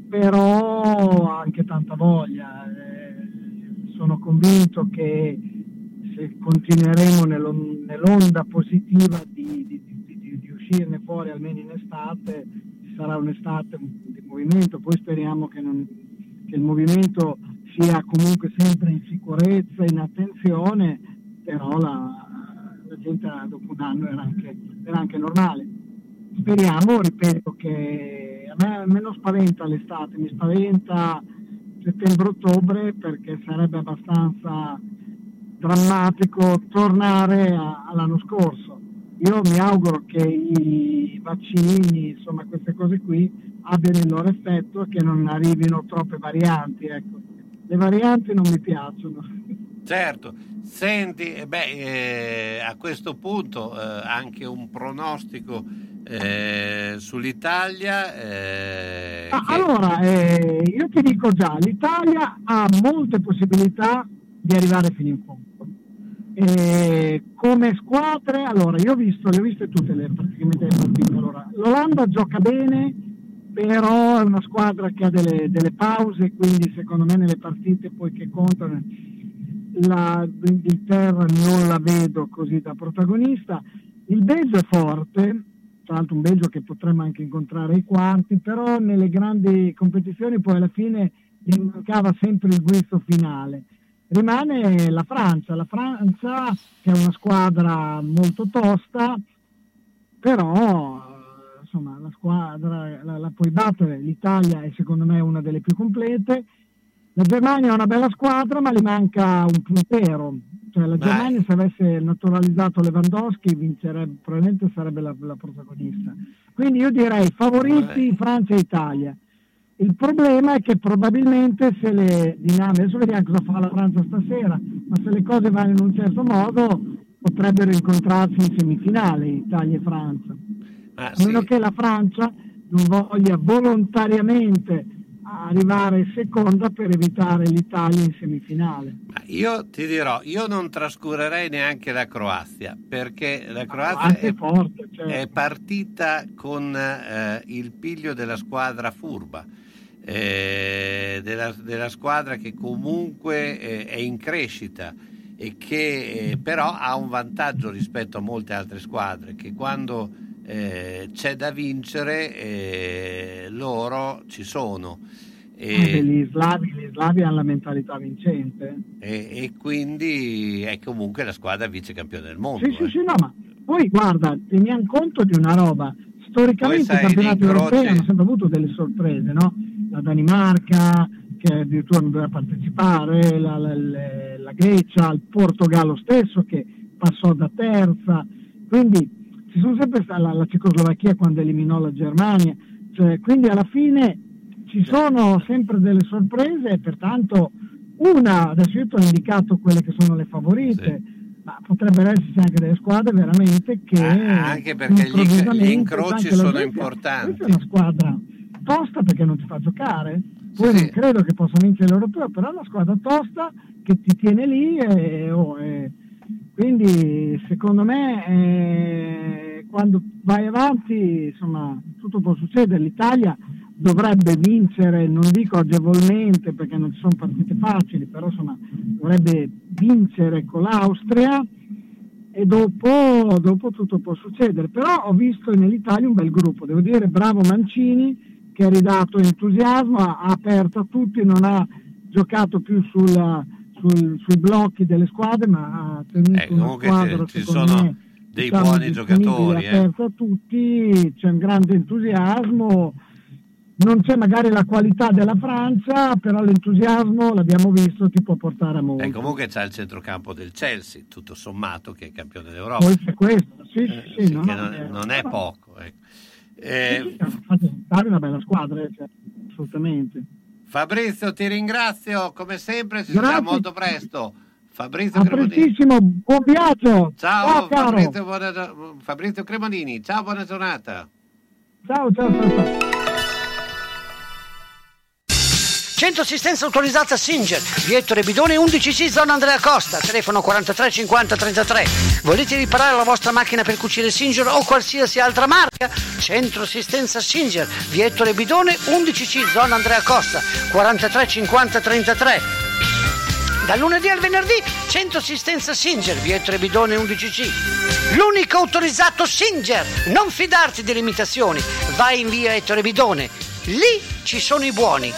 però anche tanta voglia. Eh, sono convinto che se continueremo nell'on- nell'onda positiva di, di, di, di, di uscirne fuori almeno in estate, sarà un'estate di movimento, poi speriamo che, non, che il movimento sia comunque sempre in sicurezza, in attenzione, però la, la gente dopo un anno era anche, era anche normale. Speriamo, ripeto, che a me, a me non spaventa l'estate, mi spaventa settembre-ottobre perché sarebbe abbastanza drammatico tornare a, all'anno scorso. Io mi auguro che i vaccini, insomma queste cose qui, abbiano il loro effetto e che non arrivino troppe varianti. Ecco. Le varianti non mi piacciono. Certo, senti, eh, beh, eh, a questo punto eh, anche un pronostico eh, sull'Italia. Eh, Ah, che... Allora, eh, io ti dico già, l'Italia ha molte possibilità di arrivare fino in fondo. Eh, come squadre, allora io ho visto, le ho viste tutte le, praticamente le partite. Allora, l'Olanda gioca bene, però è una squadra che ha delle, delle pause, quindi secondo me nelle partite poi che contano la, l'Inghilterra non la vedo così da protagonista. Il Belgio è forte, tra l'altro un Belgio che potremmo anche incontrare ai quarti, però nelle grandi competizioni poi alla fine gli mancava sempre il guizzo finale. Rimane la Francia, la Francia che è una squadra molto tosta, però insomma la squadra la, la puoi battere. L'Italia è secondo me una delle più complete, la Germania è una bella squadra ma gli manca un puntero, cioè la Germania se avesse naturalizzato Lewandowski vincerebbe, probabilmente sarebbe la, la protagonista. Quindi io direi favoriti Francia e Italia. Il problema è che probabilmente se le dinamiche, adesso vediamo cosa fa la Francia stasera, ma se le cose vanno in un certo modo potrebbero incontrarsi in semifinale Italia e Francia. Ah, A meno sì. che la Francia non voglia volontariamente arrivare seconda per evitare l'Italia in semifinale. Ma io ti dirò, io non trascurerei neanche la Croazia, perché la Croazia Anche è, forte, certo. è partita con eh, il piglio della squadra furba, eh, della, della squadra che comunque eh, è in crescita e che eh, però ha un vantaggio rispetto a molte altre squadre, che quando eh, c'è da vincere eh, loro ci sono. E, Anche gli slavi, gli slavi hanno la mentalità vincente. e, e quindi è comunque la squadra vicecampione del mondo. Sì, sì, eh. sì, no, ma poi guarda, teniamo conto di una roba. Storicamente Poi sai, i campionati gli incroci- europei hanno sempre avuto delle sorprese, no? La Danimarca, che addirittura non doveva partecipare, la, la, la, la Grecia, il Portogallo stesso che passò da terza. Quindi ci sono sempre stati la, la Cecoslovacchia quando eliminò la Germania. Cioè, quindi alla fine ci sono sempre delle sorprese e pertanto una, adesso io ti ho indicato quelle che sono le favorite, sì, ma potrebbero esserci anche delle squadre veramente che Ah, anche perché gli, inc- gli incroci anche la sono Svezia, importanti. questa è una squadra tosta perché non ti fa giocare, poi Sì. non credo che possa vincere l'Europeo, però è una squadra tosta che ti tiene lì e, oh, e quindi secondo me eh, quando vai avanti insomma tutto può succedere. L'Italia dovrebbe vincere, non dico agevolmente perché non ci sono partite facili, però insomma dovrebbe vincere con l'Austria e dopo, dopo tutto può succedere. Però ho visto nell'Italia un bel gruppo, devo dire, bravo Mancini che ha ridato entusiasmo, ha, ha aperto a tutti, non ha giocato più sul, sul, sui blocchi delle squadre, ma ha tenuto eh, una squadra ci secondo sono me, dei diciamo, buoni giocatori, ha aperto eh. a tutti, c'è un grande entusiasmo. Non c'è magari la qualità della Francia, però l'entusiasmo, l'abbiamo visto, ti può portare a molto. E comunque c'è il centrocampo del Chelsea, tutto sommato, che è campione d'Europa. Poi c'è questo, sì, Eh, sì, sì, no, che no, non, eh, non è poco. Ecco. Eh, sì, sì, fate stare una bella squadra, eh, cioè, assolutamente. Fabrizio, ti ringrazio, come sempre, ci Grazie. sentiamo molto presto. Fabrizio A Cremonini. prestissimo, buon viaggio! Ciao, Ciao, caro. Fabrizio, buona, Fabrizio Cremonini, ciao, buona giornata. Ciao, ciao, ciao, ciao. Centro assistenza autorizzata Singer, via Ettore Bidone undici C, zona Andrea Costa, telefono quarantatré cinquanta trentatré. Volete riparare la vostra macchina per cucire Singer o qualsiasi altra marca? Centro assistenza Singer, via Ettore Bidone undici C, zona Andrea Costa, quarantatré cinquanta trentatré. Dal lunedì al venerdì, Centro assistenza Singer, via Ettore Bidone undici C. L'unico autorizzato Singer. Non fidarti delle imitazioni. Vai in via Ettore Bidone. Lì ci sono i buoni.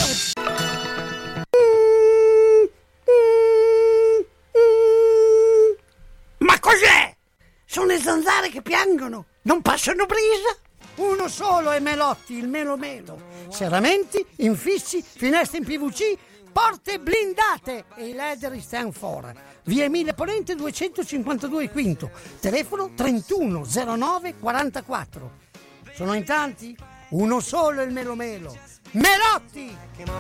Ma cos'è? Sono le zanzare che piangono, non passano brisa. Uno solo è Melotti, il Melo Melo. Serramenti, infissi, finestre in P V C, porte blindate e i leder stand for. Via Emilia Ponente duecentocinquantadue Quinto, telefono trentuno zero nove quarantaquattro. Sono in tanti? Uno solo è il Melo Melo. Melotti!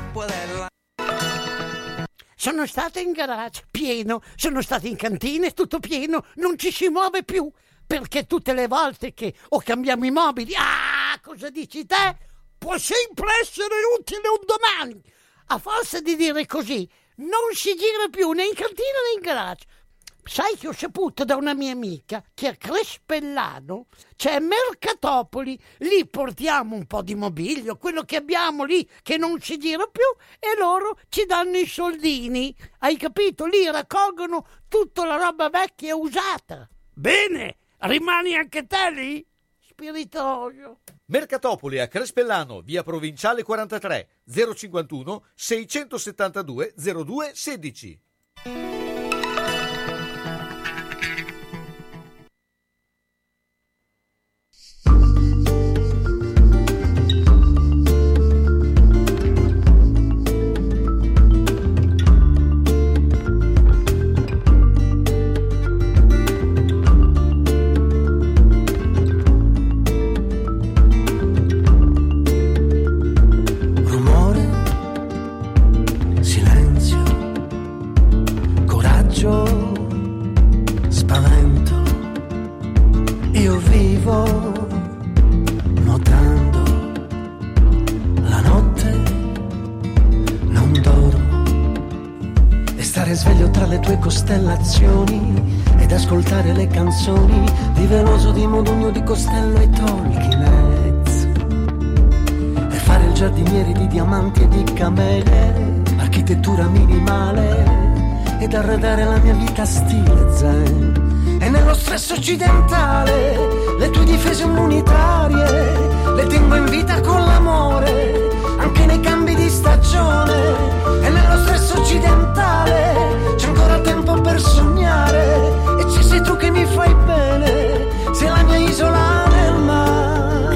Sono stato in garage, pieno, sono stato in cantina, tutto pieno, non ci si muove più, perché tutte le volte che o cambiamo i mobili, ah, cosa dici te? Può sempre essere utile un domani. A forza di dire così, non si gira più né in cantina né in garage. Sai che ho saputo da una mia amica che a Crespellano c'è Mercatopoli, lì portiamo un po' di mobilio, quello che abbiamo lì che non si gira più e loro ci danno i soldini, hai capito? Lì raccolgono tutta la roba vecchia e usata. Bene, rimani anche te lì? Spiritoso. Mercatopoli a Crespellano, via Provinciale quarantatré, zero cinquantuno seicentosettantadue zero due sedici. Spavento, io vivo nuotando, la notte non dormo e stare sveglio tra le tue costellazioni ed ascoltare le canzoni di Veloso, di Modugno, di Costello e Tolkien e fare il giardiniere di diamanti e di camelie, architettura minimale ed arredare la mia vita stile zen. E nello stress occidentale le tue difese immunitarie le tengo in vita con l'amore, anche nei cambi di stagione. E nello stress occidentale c'è ancora tempo per sognare e ci sei tu che mi fai bene, sei la mia isola nel mare.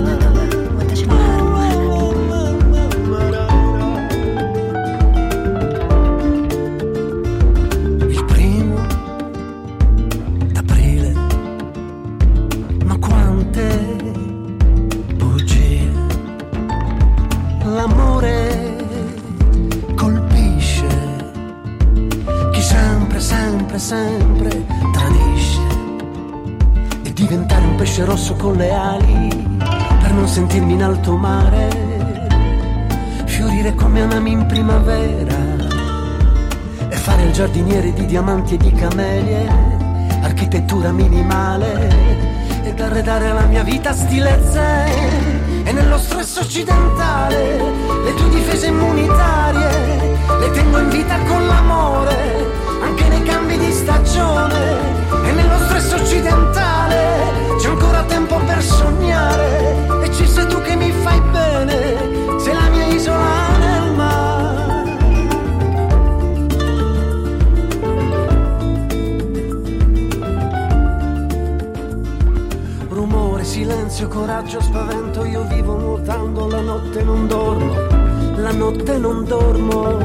L'amore colpisce chi sempre, sempre, sempre tradisce, e diventare un pesce rosso con le ali per non sentirmi in alto mare, fiorire come anami in primavera e fare il giardiniere di diamanti e di camelie, architettura minimale ed arredare la mia vita stile zen. e nello stress occidentale le tue difese immunitarie le tengo in vita con l'amore, anche nei cambi di stagione. E nello stress occidentale c'è ancora tempo per sognare, e ci sei tu che mi fai bene, sei la mia isola nel mare. Rumore, silenzio, coraggio, spavento, io vivo nuotando, la notte non dormo, la notte non dormo.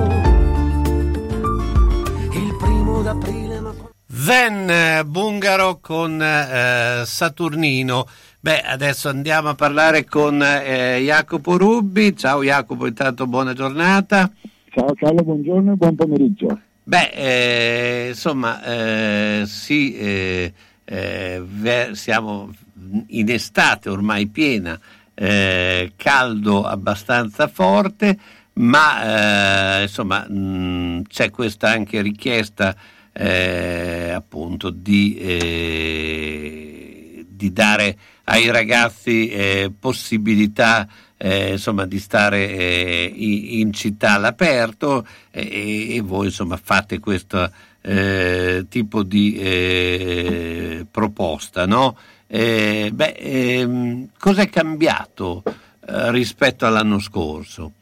Il primo d'aprile ma... Zen Bungaro con eh, Saturnino. Beh, adesso andiamo a parlare con eh, Jacopo Rubbi. Ciao Jacopo, intanto buona giornata. Ciao Carlo, buongiorno e buon pomeriggio. Beh, eh, insomma, eh, sì, eh, eh, ver- siamo in estate ormai piena, eh, caldo abbastanza forte, ma eh, insomma mh, c'è questa anche richiesta Eh, appunto di, eh, di dare ai ragazzi eh, possibilità eh, insomma di stare eh, in, in città all'aperto, eh, e voi insomma fate questo eh, tipo di eh, proposta, no? Eh, beh, ehm, cos'è cambiato eh, rispetto all'anno scorso?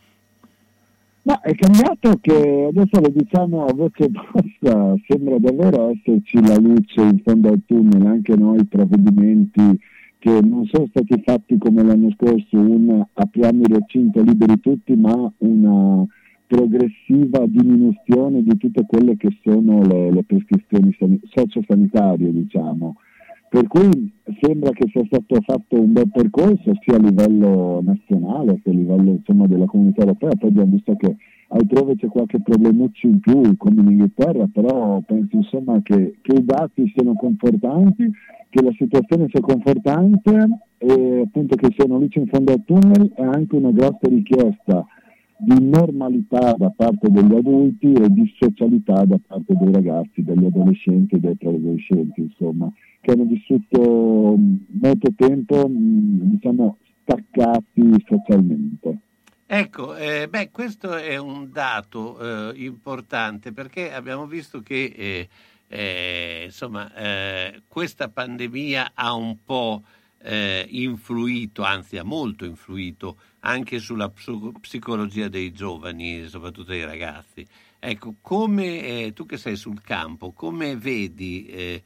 Ma è cambiato che adesso lo diciamo a voce bassa, sembra davvero esserci la luce in fondo al tunnel, anche noi provvedimenti che non sono stati fatti come l'anno scorso, un apriamo il recinto liberi tutti, ma una progressiva diminuzione di tutte quelle che sono le, le prescrizioni san- sociosanitarie, diciamo. Per cui sembra che sia stato fatto un bel percorso sia a livello nazionale che a livello insomma della comunità europea. Poi abbiamo visto che altrove c'è qualche problemuccio in più, come in Inghilterra, però penso insomma che, che i dati siano confortanti, che la situazione sia confortante e appunto che siano luce in fondo al tunnel, e anche una grossa richiesta di normalità da parte degli adulti e di socialità da parte dei ragazzi, degli adolescenti e dei preadolescenti, insomma, che hanno vissuto molto tempo, diciamo, staccati socialmente. Ecco, eh, beh, questo è un dato eh, importante, perché abbiamo visto che eh, eh, insomma, eh, questa pandemia ha un po' eh, influito, anzi ha molto influito anche sulla psico- psicologia dei giovani, soprattutto dei ragazzi. Ecco, come eh, tu che sei sul campo, come vedi eh,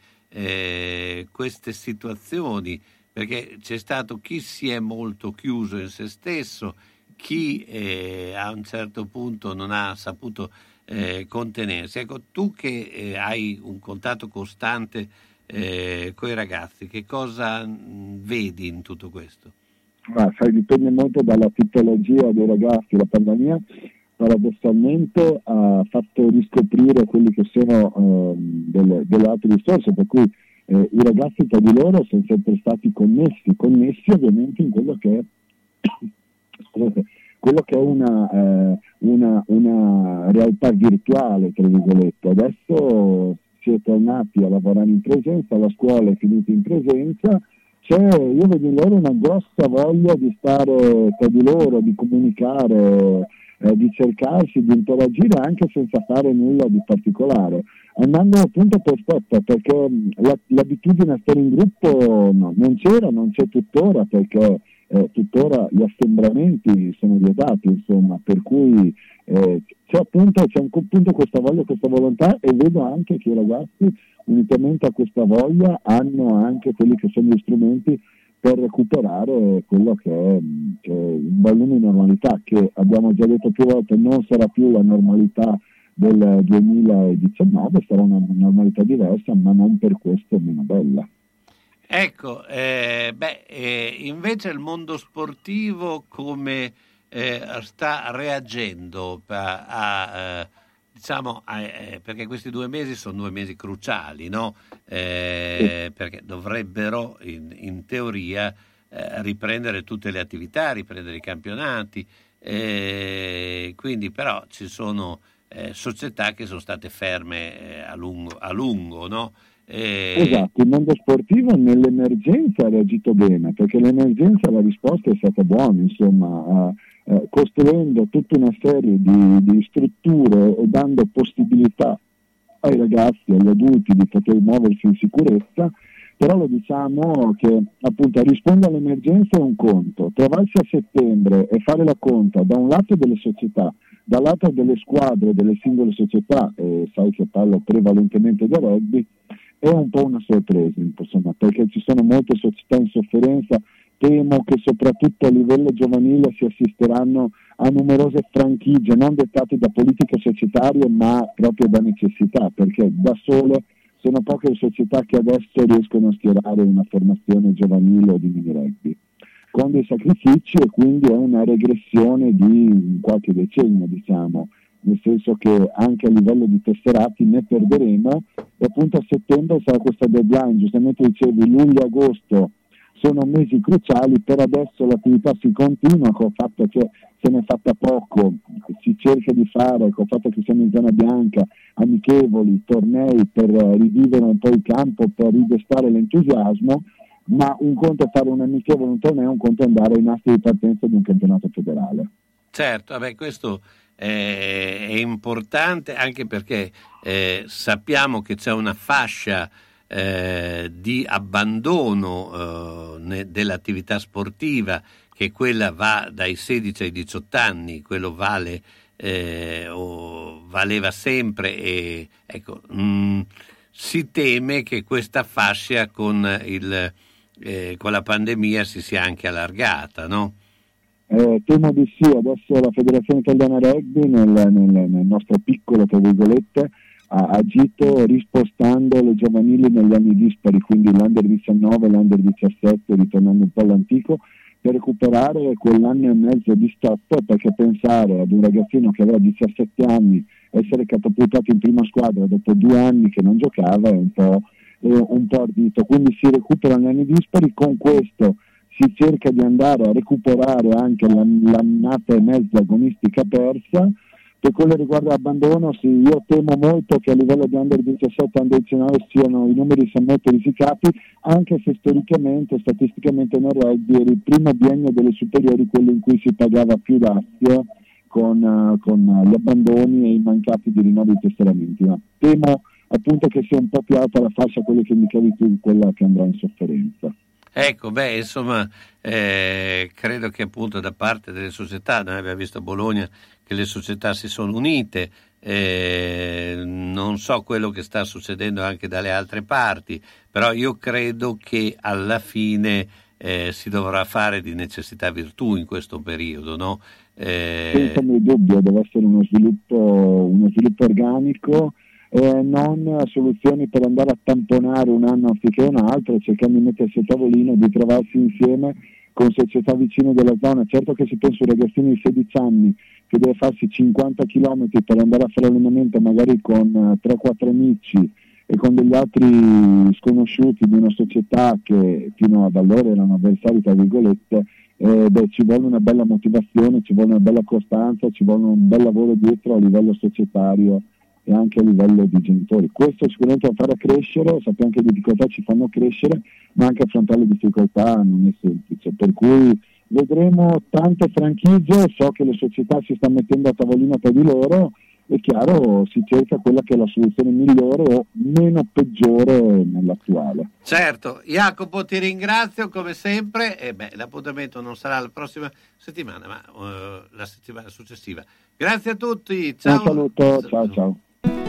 eh, queste situazioni? Perché c'è stato chi si è molto chiuso in se stesso, chi eh, a un certo punto non ha saputo eh, contenersi. Ecco, tu che eh, hai un contatto costante eh, con i ragazzi, che cosa mh, vedi in tutto questo? Ma sai, dipende molto dalla tipologia dei ragazzi. La pandemia paradossalmente ha fatto riscoprire quelli che sono eh, delle, delle altre risorse, per cui eh, i ragazzi tra di loro sono sempre stati connessi, connessi ovviamente in quello che è scusate, quello che è una, eh, una, una realtà virtuale, tra virgolette. Adesso si è tornati a lavorare in presenza, la scuola è finita in presenza. Cioè, io vedo in loro una grossa voglia di stare tra di loro, di comunicare, eh, di cercarsi, di interagire anche senza fare nulla di particolare, andando appunto per step, perché la, l'abitudine a stare in gruppo no, non c'era, non c'è tuttora, perché eh, tuttora gli assembramenti sono vietati, insomma, per cui eh, c'è appunto, c'è un, appunto questa voglia, questa volontà, e vedo anche che i ragazzi, unitamente a questa voglia, hanno anche quelli che sono gli strumenti per recuperare quello che è, che è un volume di normalità, che abbiamo già detto più volte non sarà più la normalità del duemiladiciannove, sarà una normalità diversa, ma non per questo meno bella. Ecco, eh, beh, eh, invece il mondo sportivo come eh, sta reagendo a, a eh, diciamo, eh, perché questi due mesi sono due mesi cruciali, no? Eh, sì. Perché dovrebbero in, in teoria eh, riprendere tutte le attività, riprendere i campionati, eh, quindi però ci sono eh, società che sono state ferme eh, a lungo, a lungo, no? Eh... Esatto, il mondo sportivo nell'emergenza ha reagito bene, perché l'emergenza, la risposta è stata buona, insomma, eh, eh, costruendo tutta una serie di, di strutture e dando possibilità ai ragazzi, agli adulti di poter muoversi in sicurezza. Però lo diciamo che appunto rispondere all'emergenza è un conto, trovarsi a settembre e fare la conta da un lato delle società, dall'altro delle squadre, delle singole società, e sai che parlo prevalentemente del rugby, è un po' una sorpresa, insomma, perché ci sono molte società in sofferenza. Temo che soprattutto a livello giovanile si assisteranno a numerose franchigie non dettate da politiche societarie ma proprio da necessità, perché da sole sono poche le società che adesso riescono a schierare una formazione giovanile o di mini rugby, con dei sacrifici, e quindi è una regressione di qualche decennio, diciamo, nel senso che anche a livello di tesserati ne perderemo, e appunto a settembre sarà questa deadline, giustamente dicevi luglio-agosto sono mesi cruciali. Per adesso l'attività si continua, col fatto che se ne è fatta poco, si cerca di fare, col fatto che siamo in zona bianca, amichevoli, tornei per rivivere un po' il campo, per ridestare l'entusiasmo, ma un conto è fare un amichevole, un torneo, un conto è andare in assi di partenza di un campionato federale. Certo, vabbè, questo è, è importante anche perché eh, sappiamo che c'è una fascia Eh, di abbandono eh, ne, dell'attività sportiva, che quella va dai sedici ai diciotto anni, quello vale eh, o valeva sempre, e ecco, mh, si teme che questa fascia con, il, eh, con la pandemia si sia anche allargata, no? Eh, temo di sì. Adesso la Federazione Italiana Rugby nel, nel, nel nostro piccolo, tra virgolette, ha agito rispostando le giovanili negli anni dispari, quindi l'Under diciannove, l'Under diciassette, ritornando un po' all'antico, per recuperare quell'anno e mezzo di stop, perché pensare ad un ragazzino che aveva diciassette anni essere catapultato in prima squadra dopo due anni che non giocava è un po', è un po' ardito. Quindi si recuperano gli anni dispari, con questo si cerca di andare a recuperare anche l'annata e mezza agonistica persa. Per quello che riguarda l'abbandono, sì, io temo molto che a livello di under diciassette, under diciannove siano, i numeri siano molto risicati, anche se storicamente, statisticamente nel rugby era il primo biennio delle superiori quello in cui si pagava più dazio con, uh, con gli abbandoni e i mancati di rinnovi di tesseramenti. Ma temo appunto che sia un po' più alta la fascia, quella che indicavi tu, quella che andrà in sofferenza. Ecco, beh, insomma, eh, credo che appunto da parte delle società, noi abbiamo visto a Bologna che le società si sono unite, eh, non so quello che sta succedendo anche dalle altre parti, però io credo che alla fine eh, si dovrà fare di necessità virtù in questo periodo, no? Eh... Senza mai dubbio, deve essere uno sviluppo, uno sviluppo organico, Eh, non soluzioni per andare a tamponare un anno anziché un altro, cercando di mettersi a tavolino, di trovarsi insieme con società vicine della zona. Certo che si pensa a un ragazzino di sedici anni che deve farsi cinquanta chilometri per andare a fare allenamento magari con uh, tre quattro amici e con degli altri sconosciuti di una società che fino ad allora erano avversari, tra virgolette. Eh, beh, ci vuole una bella motivazione, ci vuole una bella costanza, ci vuole un bel lavoro dietro a livello societario e anche a livello di genitori. Questo sicuramente va a fare crescere, sappiamo che le difficoltà ci fanno crescere, ma anche affrontare le difficoltà non è semplice, per cui vedremo tante franchigie. So che le società si stanno mettendo a tavolino tra di loro, è chiaro, si cerca quella che è la soluzione migliore o meno peggiore nell'attuale. Certo, Jacopo, ti ringrazio come sempre, e beh, l'appuntamento non sarà la prossima settimana, ma uh, la settimana successiva. Grazie a tutti, ciao. Un saluto, ciao ciao.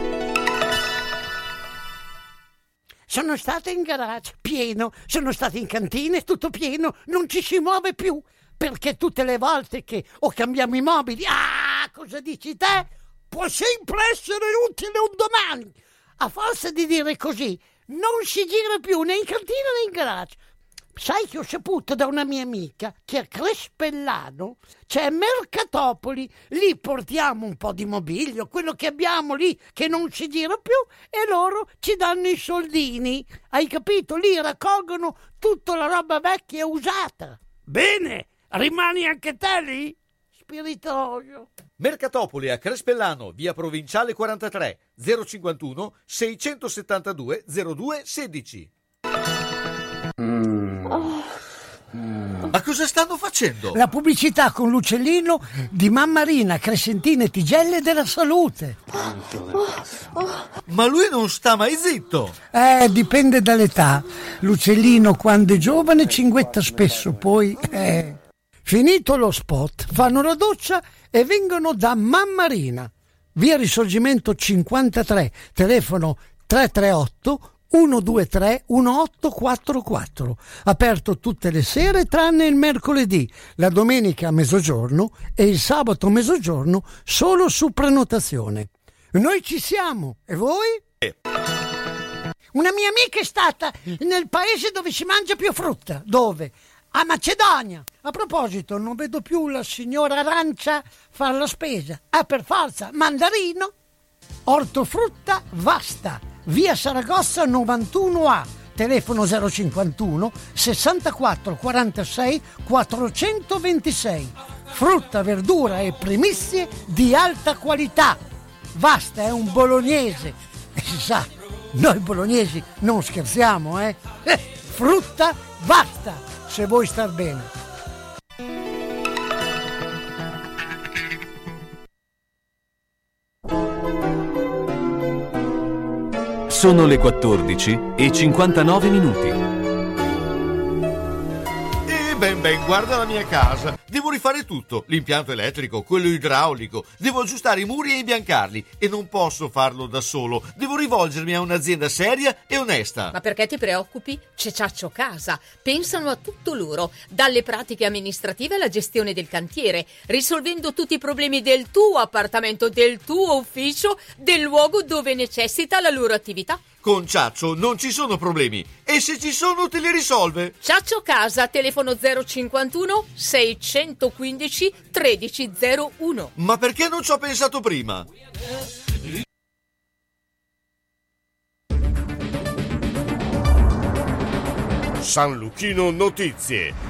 Sono stata in garage, pieno, sono stata in cantina, tutto pieno, non ci si muove più, perché tutte le volte che o cambiamo i mobili, ah, cosa dici te? Può sempre essere utile un domani. A forza di dire così, non si gira più né in cantina né in garage. Sai che ho saputo da una mia amica che a Crespellano c'è Mercatopoli, lì portiamo un po' di mobilio, quello che abbiamo lì che non si gira più, e loro ci danno i soldini, hai capito? Lì raccolgono tutta la roba vecchia e usata. Bene, rimani anche te lì? spiritoso. Mercatopoli a Crespellano, via Provinciale quarantatré, zero cinquantuno seicentosettantadue zero due sedici. Mm. Oh. Ma cosa stanno facendo? La pubblicità con l'uccellino di Mammarina, Crescentina e Tigelle della Salute. Ma lui non sta mai zitto. Eh, dipende dall'età. L'uccellino quando è giovane cinguetta spesso, poi... Eh. Finito lo spot, fanno la doccia e vengono da Mammarina. Via Risorgimento cinquantatré, telefono tre tre otto uno due tre uno otto quattro quattro, aperto tutte le sere tranne il mercoledì, la domenica a mezzogiorno e il sabato a mezzogiorno solo su prenotazione. Noi ci siamo, e voi? Una mia amica è stata nel paese dove si mangia più frutta. Dove? A Macedonia. A proposito, non vedo più la signora Arancia fare la spesa. Ah, per forza, mandarino. Ortofrutta Vasta, via Saragossa novantuno A, telefono zero cinquantuno sessantaquattro quarantasei quattrocentoventisei. Frutta, verdura e primizie di alta qualità. Vasta è un bolognese e si sa, noi bolognesi non scherziamo, eh? eh frutta Vasta, se vuoi star bene. Sono le quattordici e cinquantanove minuti. Ben ben, guarda la mia casa. Devo rifare tutto, l'impianto elettrico, quello idraulico. Devo aggiustare i muri e imbiancarli e non posso farlo da solo. Devo rivolgermi a un'azienda seria e onesta. Ma perché ti preoccupi? C'è Ciaccio Casa. Pensano a tutto loro, dalle pratiche amministrative alla gestione del cantiere, risolvendo tutti i problemi del tuo appartamento, del tuo ufficio, del luogo dove necessita la loro attività. Con Ciaccio non ci sono problemi e se ci sono te li risolve. Ciaccio Casa, telefono zero cinquantuno seicentoquindici tredici zero uno. Ma perché non ci ho pensato prima? San Luchino Notizie.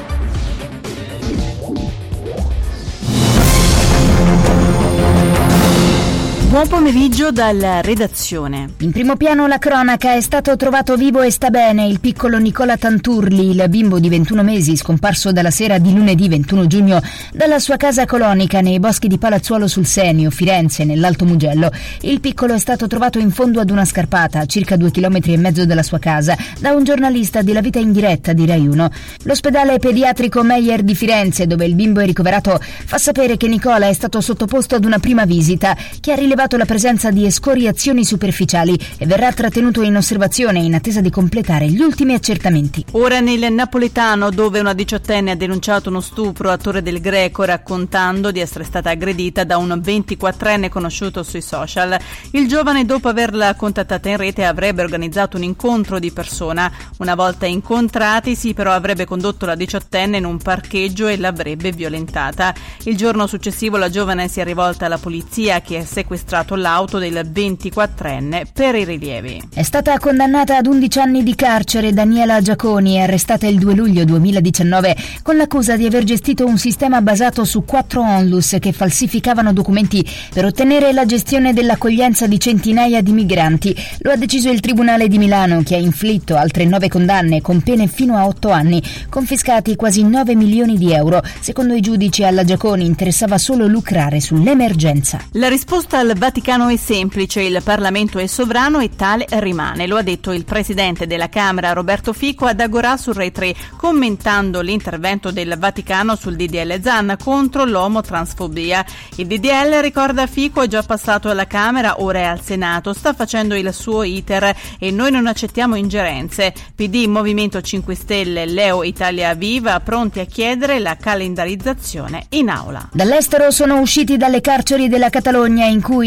Buon pomeriggio dalla redazione. In primo piano la cronaca: è stato trovato vivo e sta bene il piccolo Nicola Tanturli, il bimbo di ventuno mesi scomparso dalla sera di lunedì ventuno giugno dalla sua casa colonica nei boschi di Palazzuolo sul Senio, Firenze, nell'Alto Mugello. Il piccolo è stato trovato in fondo ad una scarpata a circa due chilometri e mezzo dalla sua casa da un giornalista di La Vita in Diretta di Rai uno. L'ospedale pediatrico Meyer di Firenze, dove il bimbo è ricoverato, fa sapere che Nicola è stato sottoposto ad una prima visita che ha rilevato la presenza di escoriazioni superficiali e verrà trattenuto in osservazione in attesa di completare gli ultimi accertamenti. Ora nel napoletano, dove una diciottenne ha denunciato uno stupro a Torre del Greco raccontando di essere stata aggredita da un ventiquattrenne conosciuto sui social. Il giovane, dopo averla contattata in rete, avrebbe organizzato un incontro di persona. Una volta incontratisi, però, avrebbe condotto la diciottenne in un parcheggio e l'avrebbe violentata. Il giorno successivo la giovane si è rivolta alla polizia, che ha sequestrato l'auto del ventiquattrenne per i rilievi. È stata condannata ad undici anni di carcere Daniela Giaconi, arrestata il due luglio duemiladiciannove con l'accusa di aver gestito un sistema basato su quattro onlus che falsificavano documenti per ottenere la gestione dell'accoglienza di centinaia di migranti. Lo ha deciso il Tribunale di Milano, che ha inflitto altre nove condanne con pene fino a otto anni, confiscati quasi nove milioni di euro. Secondo i giudici, alla Giaconi interessava solo lucrare sull'emergenza. La risposta al Vaticano è semplice: il Parlamento è sovrano e tale rimane. Lo ha detto il presidente della Camera Roberto Fico ad Agorà su Rai tre, commentando l'intervento del Vaticano sul D D L Zan contro l'omotransfobia. Il D D L, ricorda Fico, è già passato alla Camera, ora è al Senato, sta facendo il suo iter e noi non accettiamo ingerenze. P D, Movimento cinque Stelle, Leo, Italia Viva pronti a chiedere la calendarizzazione in aula. Dall'estero sono usciti dalle carceri della Catalogna, in cui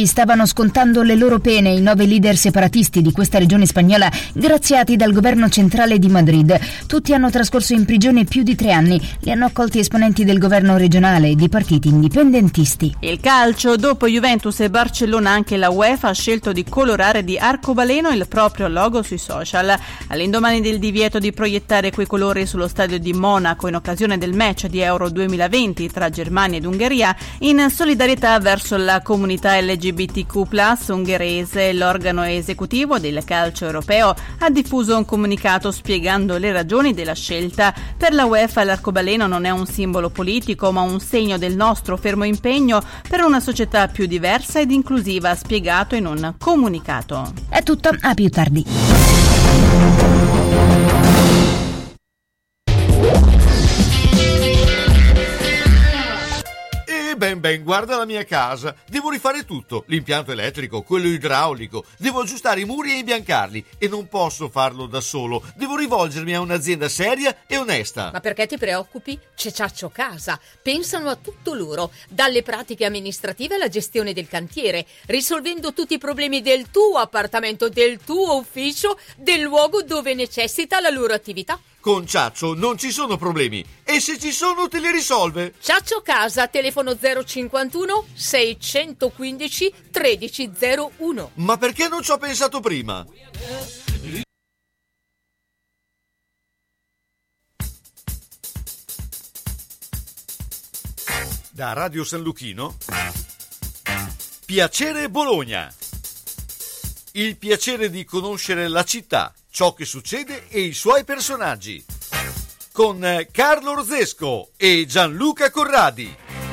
mesi stavano scontando le loro pene i nove leader separatisti di questa regione spagnola, graziati dal governo centrale di Madrid. Tutti hanno trascorso in prigione più di tre anni. Li hanno accolti esponenti del governo regionale e di partiti indipendentisti. Il calcio, dopo Juventus e Barcellona, anche la UEFA ha scelto di colorare di arcobaleno il proprio logo sui social. All'indomani del divieto di proiettare quei colori sullo stadio di Monaco in occasione del match di Euro duemilaventi tra Germania ed Ungheria, in solidarietà verso la comunità L G B T Q plus ungherese, l'organo esecutivo del calcio europeo ha diffuso un comunicato spiegando le ragioni della scelta. Per la UEFA l'arcobaleno non è un simbolo politico, ma un segno del nostro fermo impegno per una società più diversa ed inclusiva, ha spiegato in un comunicato. È tutto, a più tardi. Ben ben, guarda la mia casa, devo rifare tutto, l'impianto elettrico, quello idraulico, devo aggiustare i muri e imbiancarli e non posso farlo da solo, devo rivolgermi a un'azienda seria e onesta. Ma perché ti preoccupi? C'è Ciaccio Casa, pensano a tutto loro, dalle pratiche amministrative alla gestione del cantiere, risolvendo tutti i problemi del tuo appartamento, del tuo ufficio, del luogo dove necessita la loro attività. Con Ciaccio non ci sono problemi e se ci sono te li risolve. Ciaccio Casa, telefono zero cinquantuno seicentoquindici tredici zero uno. Ma perché non ci ho pensato prima? Da Radio San Luchino, Piacere Bologna. Il piacere di conoscere la città, ciò che succede e i suoi personaggi. Con Carlo Orzesco e Gianluca Corradi.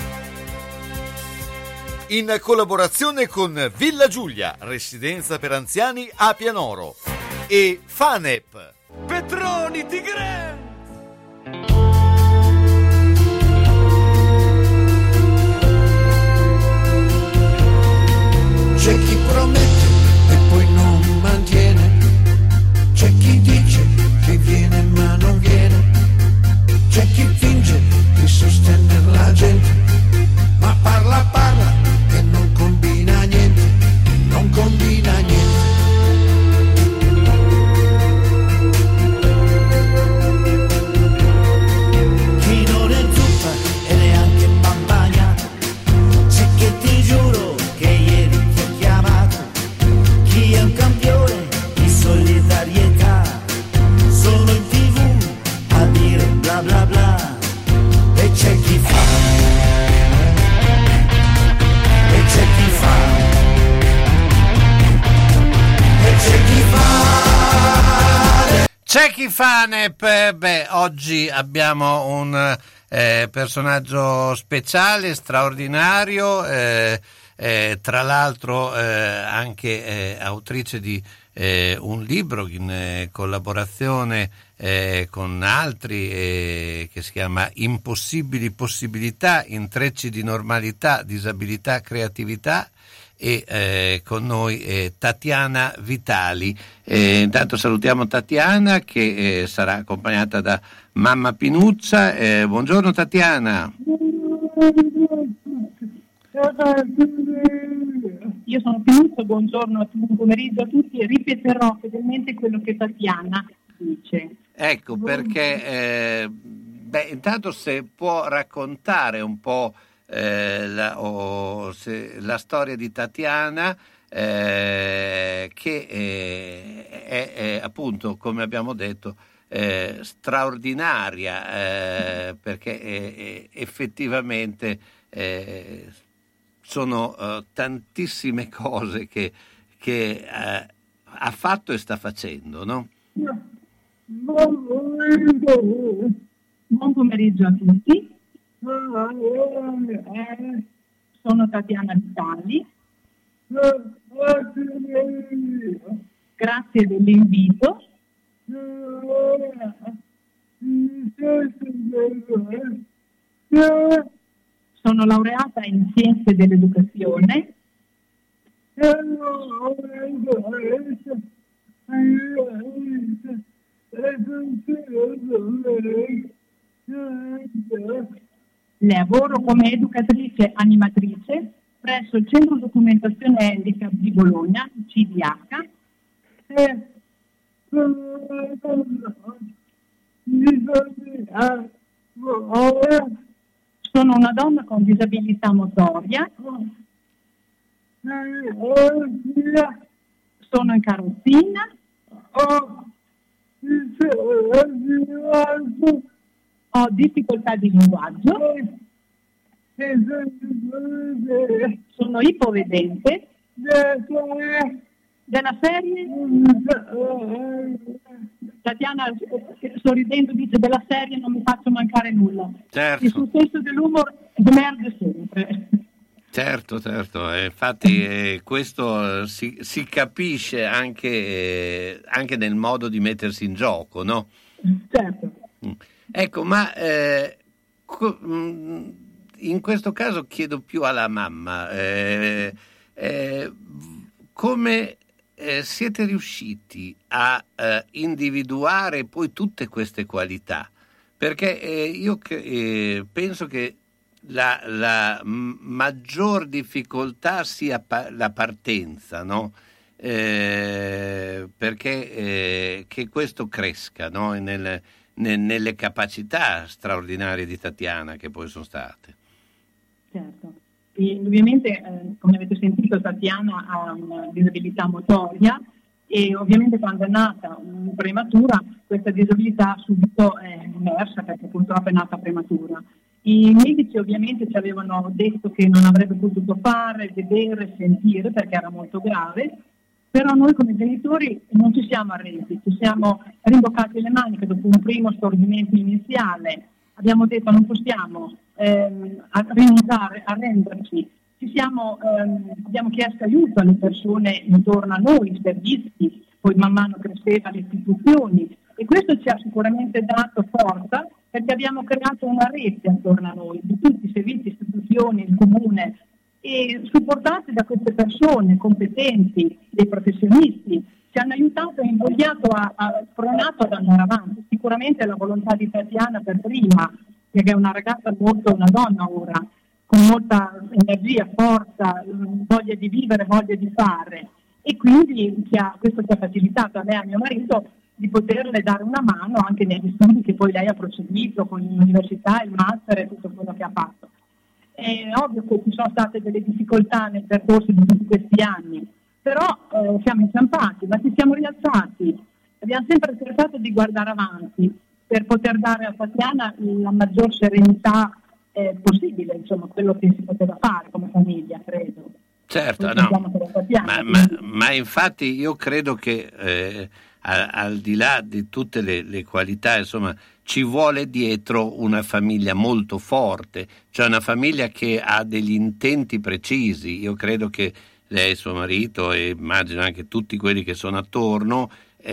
In collaborazione con Villa Giulia, residenza per anziani a Pianoro. E Fanep. Petroni Tigre! C'è chi promette e poi non mantiene, c'è chi dice che viene ma non viene, c'è chi finge di sostenere la gente, ma parla parla e non combina niente, non combina niente. Chi non è zuppa e neanche bambagna, c'è che ti giuro che ieri chi è un campione di solidarietà, sono in tv a dire bla bla bla, e c'è chi fa, e c'è chi fa, e c'è chi fa. C'è chi fa, Nep. Beh, oggi abbiamo un eh, personaggio speciale, straordinario, eh, Eh, tra l'altro eh, anche eh, autrice di eh, un libro in eh, collaborazione eh, con altri eh, che si chiama Impossibili possibilità, intrecci di normalità, disabilità, creatività, e eh, con noi eh, Tatiana Vitali. Eh, intanto salutiamo Tatiana che eh, sarà accompagnata da mamma Pinuccia. Eh, buongiorno Tatiana. Io sono Pinuccia, buongiorno, buon pomeriggio a tutti e ripeterò fedelmente quello che Tatiana dice. Ecco perché, eh, beh, intanto se può raccontare un po' eh, la, o se, la storia di Tatiana, eh, che eh, è, è appunto, come abbiamo detto, eh, straordinaria, eh, perché eh, effettivamente eh, sono uh, tantissime cose che, che uh, ha fatto e sta facendo, no? Buon pomeriggio a tutti. Sono Tatiana Vitali. Grazie dell'invito. Sono laureata in Scienze dell'Educazione. Lavoro come educatrice animatrice presso il Centro Documentazione Handicap di Bologna, C D H. E sono una donna con disabilità motoria, sono in carrozzina, ho difficoltà di linguaggio, sono ipovedente. Della serie Tatiana sorridendo dice: della serie non mi faccio mancare nulla. Certo. Il suo senso dell'umor emerge sempre. Certo, certo, eh, infatti eh, questo si, si capisce anche, eh, anche nel modo di mettersi in gioco, no? Certo. Ecco, ma eh, co- in questo caso chiedo più alla mamma, eh, eh, come eh, siete riusciti a eh, individuare poi tutte queste qualità? Perché eh, io eh, penso che La, la m- maggior difficoltà sia pa- la partenza, no? Eh, perché eh, che questo cresca, no? Nel, nel, nelle capacità straordinarie di Tatiana che poi sono state. Certo, e indubbiamente eh, come avete sentito Tatiana ha una disabilità motoria e ovviamente quando è nata um, prematura questa disabilità subito è emersa perché purtroppo è nata prematura. I medici ovviamente ci avevano detto che non avrebbe potuto fare, vedere, sentire perché era molto grave, però noi come genitori non ci siamo arresi, ci siamo rimboccati le maniche dopo un primo stordimento iniziale, abbiamo detto non possiamo ehm, rinunciare, arrenderci, ci siamo, ehm, abbiamo chiesto aiuto alle persone intorno a noi, i servizi, poi man mano cresceva le istituzioni e questo ci ha sicuramente dato forza perché abbiamo creato una rete attorno a noi di tutti i servizi, istituzioni, il comune e supportati da queste persone competenti, dei professionisti, ci hanno aiutato e invogliato, a, a, spronato ad andare avanti. Sicuramente la volontà di Tatiana per prima, perché è una ragazza molto, una donna ora, con molta energia, forza, voglia di vivere, voglia di fare e quindi ci ha, questo ci ha facilitato a me e a mio marito di poterle dare una mano anche negli studi che poi lei ha proseguito con l'università, il master e tutto quello che ha fatto. È ovvio che ci sono state delle difficoltà nel percorso di tutti questi anni, però eh, siamo inciampati, ma ci siamo rialzati. Abbiamo sempre cercato di guardare avanti per poter dare a Tatiana la maggior serenità eh, possibile, insomma, quello che si poteva fare come famiglia, credo. Certo, no, ma, ma, ma infatti io credo che eh, a, al di là di tutte le, le qualità, insomma, ci vuole dietro una famiglia molto forte, cioè una famiglia che ha degli intenti precisi. Io credo che lei, suo marito e immagino anche tutti quelli che sono attorno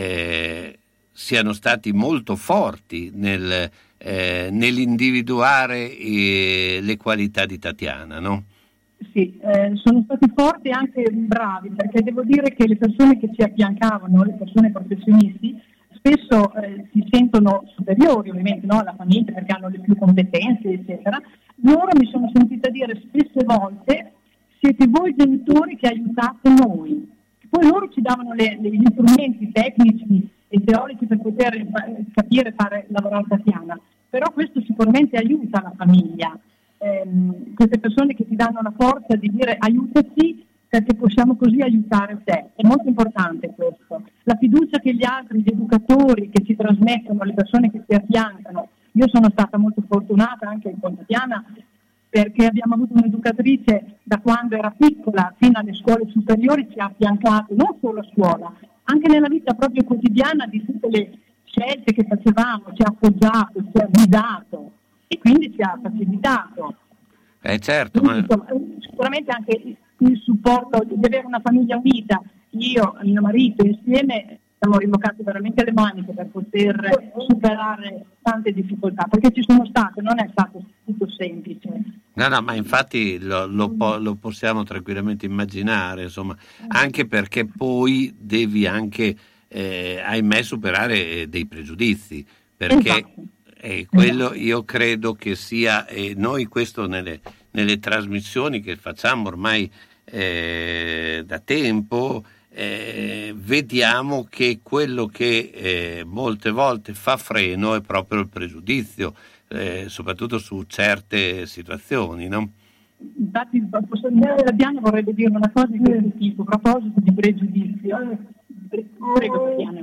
eh, siano stati molto forti nel, eh, nell'individuare eh, le qualità di Tatiana, no? Sì, eh, sono stati forti e anche bravi, perché devo dire che le persone che ci affiancavano, le persone professionisti, spesso eh, si sentono superiori ovviamente, no, alla famiglia perché hanno le più competenze, eccetera. Loro mi sono sentita dire spesse volte: siete voi genitori che aiutate noi. Poi loro ci davano le, le, gli strumenti tecnici e teorici per poter capire fare lavorare Tatiana, però questo sicuramente aiuta la famiglia. Eh, queste persone che ti danno la forza di dire aiutaci perché possiamo così aiutare te, è molto importante questo, la fiducia che gli altri, gli educatori che ci trasmettono, le persone che ci affiancano. Io sono stata molto fortunata anche con Tatiana perché abbiamo avuto un'educatrice da quando era piccola fino alle scuole superiori, ci ha affiancato non solo a scuola, anche nella vita proprio quotidiana di tutte le scelte che facevamo, ci ha appoggiato, ci ha guidato e quindi ci ha facilitato. Eh certo, quindi, ma... insomma, sicuramente anche il supporto di avere una famiglia unita, io e mio marito insieme siamo rimboccati veramente le maniche per poter superare tante difficoltà, perché ci sono state, non è stato tutto semplice. No, no, ma infatti lo, lo, lo possiamo tranquillamente immaginare, insomma, anche perché poi devi anche, eh, ahimè, superare dei pregiudizi, perché... Esatto. E quello io credo che sia, e noi questo nelle, nelle trasmissioni che facciamo ormai eh, da tempo, eh, vediamo che quello che eh, molte volte fa freno è proprio il pregiudizio, eh, soprattutto su certe situazioni, no? Infatti il professor Tatiana vorrebbe dire una cosa di questo tipo, a proposito di pregiudizio. Prego Tatiana.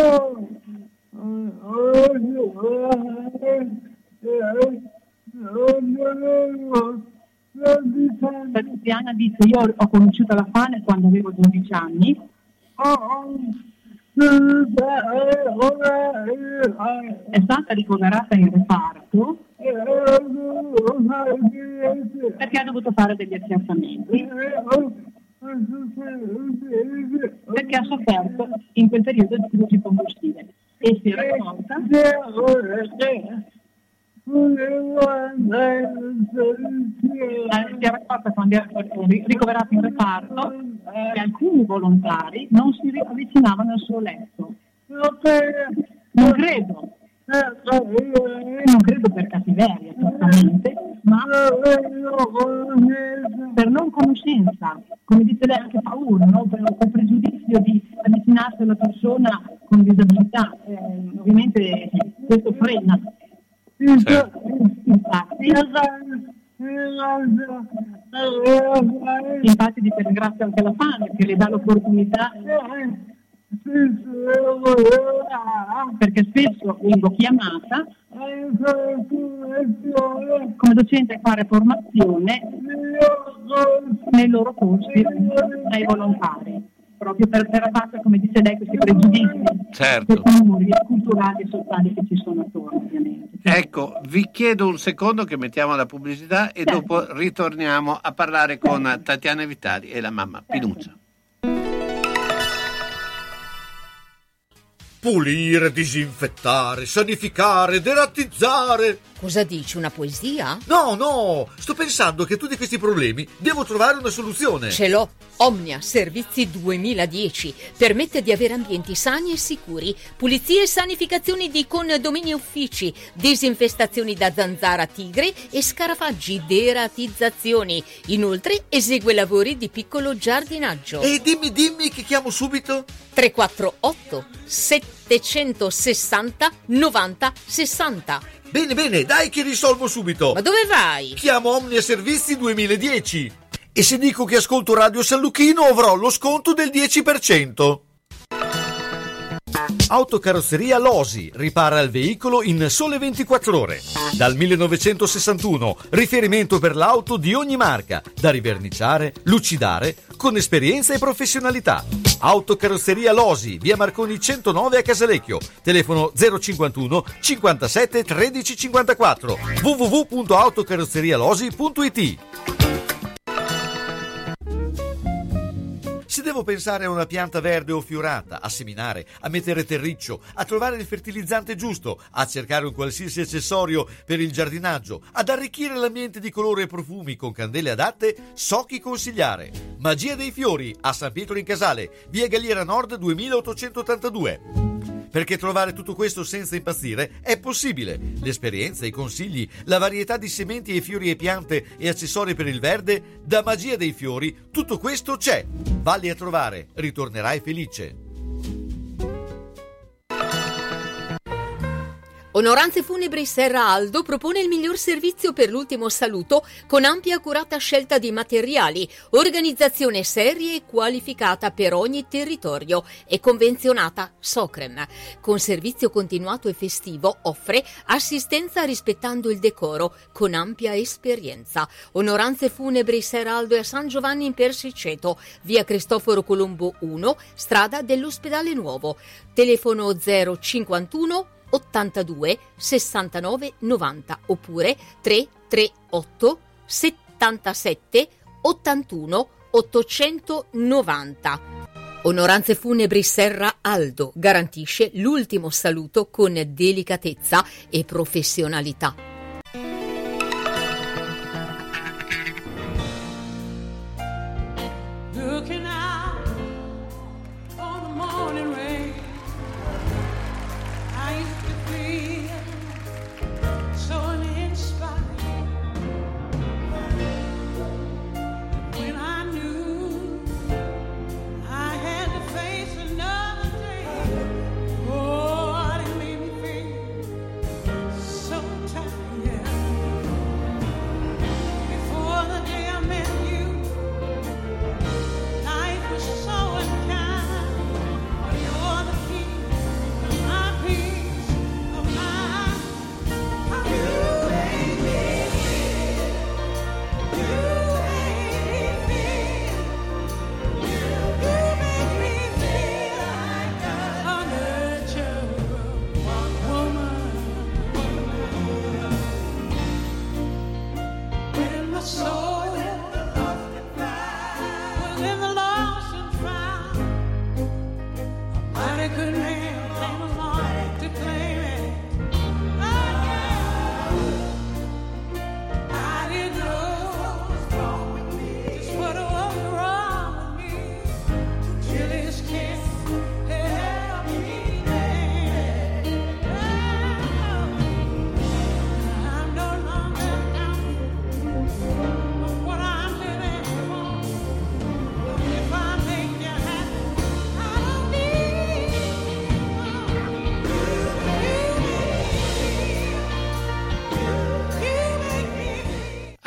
Tatiana dice: io ho conosciuto la Fane quando avevo dodici anni. È stata ricoverata in reparto perché ha dovuto fare degli accertamenti, perché ha sofferto in quel periodo di crisi combustibile e si è raccolta si è raccolta quando è ricoverato in reparto che alcuni volontari non si avvicinavano al suo letto. Non credo non credo per cattiveria certamente, ma per non conoscenza, come dice lei, anche paura, no? Per il pregiudizio di avvicinarsi alla persona con disabilità, eh, ovviamente questo frena. Certo. Infatti, infatti dice ringrazio anche la Fane che le dà l'opportunità, perché spesso vengo chiamata come docente a fare formazione nei loro corsi ai volontari, proprio per, per abbattere, come dice lei, questi pregiudizi, certo, questi muri culturali e sociali che ci sono attorno, ovviamente. Ecco, vi chiedo un secondo che mettiamo la pubblicità e certo, dopo ritorniamo a parlare con certo, Tatiana Vitali e la mamma Pinuccia. Pulire, disinfettare, sanificare, derattizzare. Cosa dici, una poesia? No, no, sto pensando che a tutti questi problemi devo trovare una soluzione. Ce l'ho. Omnia Servizi duemiladieci permette di avere ambienti sani e sicuri, pulizie e sanificazioni di condomini e uffici, disinfestazioni da zanzara tigre e scarafaggi, deratizzazioni. Inoltre esegue lavori di piccolo giardinaggio. E dimmi, dimmi che chiamo subito. tre quattro otto settecentosessanta novanta sessanta. Bene, bene, dai che risolvo subito. Ma dove vai? Chiamo Omnia Servizi duemiladieci. E se dico che ascolto Radio San Lucchino avrò lo sconto del dieci per cento. Autocarrozzeria Losi ripara il veicolo in sole ventiquattro ore. Dal millenovecentosessantuno, riferimento per l'auto di ogni marca, da riverniciare, lucidare, con esperienza e professionalità. Autocarrozzeria Losi, via Marconi centonove a Casalecchio, telefono zero cinquantuno cinquantasette tredici cinquantaquattro, w w w punto autocarrozzerialosi punto i t. Se devo pensare a una pianta verde o fiorata, a seminare, a mettere terriccio, a trovare il fertilizzante giusto, a cercare un qualsiasi accessorio per il giardinaggio, ad arricchire l'ambiente di colore e profumi con candele adatte, so chi consigliare. Magia dei Fiori, a San Pietro in Casale, via Galliera Nord duemilaottocentottantadue. Perché trovare tutto questo senza impazzire è possibile. L'esperienza, i consigli, la varietà di sementi e fiori e piante e accessori per il verde, da Magia dei Fiori, tutto questo c'è. Valli a trovare, ritornerai felice. Onoranze Funebri Serra Aldo propone il miglior servizio per l'ultimo saluto con ampia e accurata scelta di materiali, organizzazione seria e qualificata per ogni territorio e convenzionata Socrem. Con servizio continuato e festivo offre assistenza rispettando il decoro con ampia esperienza. Onoranze Funebri Serra Aldo è a San Giovanni in Persiceto, via Cristoforo Colombo uno, strada dell'Ospedale Nuovo. Telefono zero cinquantuno ottantadue sessantanove novanta oppure tre tre otto settantasette ottantuno ottocentonovanta. Onoranze Funebri Serra Aldo garantisce l'ultimo saluto con delicatezza e professionalità.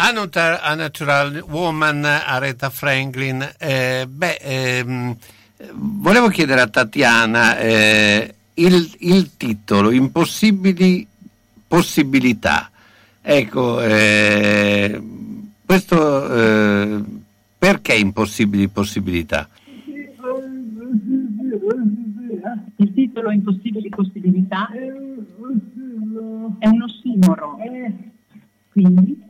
Unnatural, Unnatural Woman, Aretha Franklin. Eh, beh, ehm, volevo chiedere a Tatiana eh, il, il titolo Impossibili possibilità. Ecco, eh, questo eh, perché impossibili possibilità? Il titolo Impossibili possibilità è un ossimoro, quindi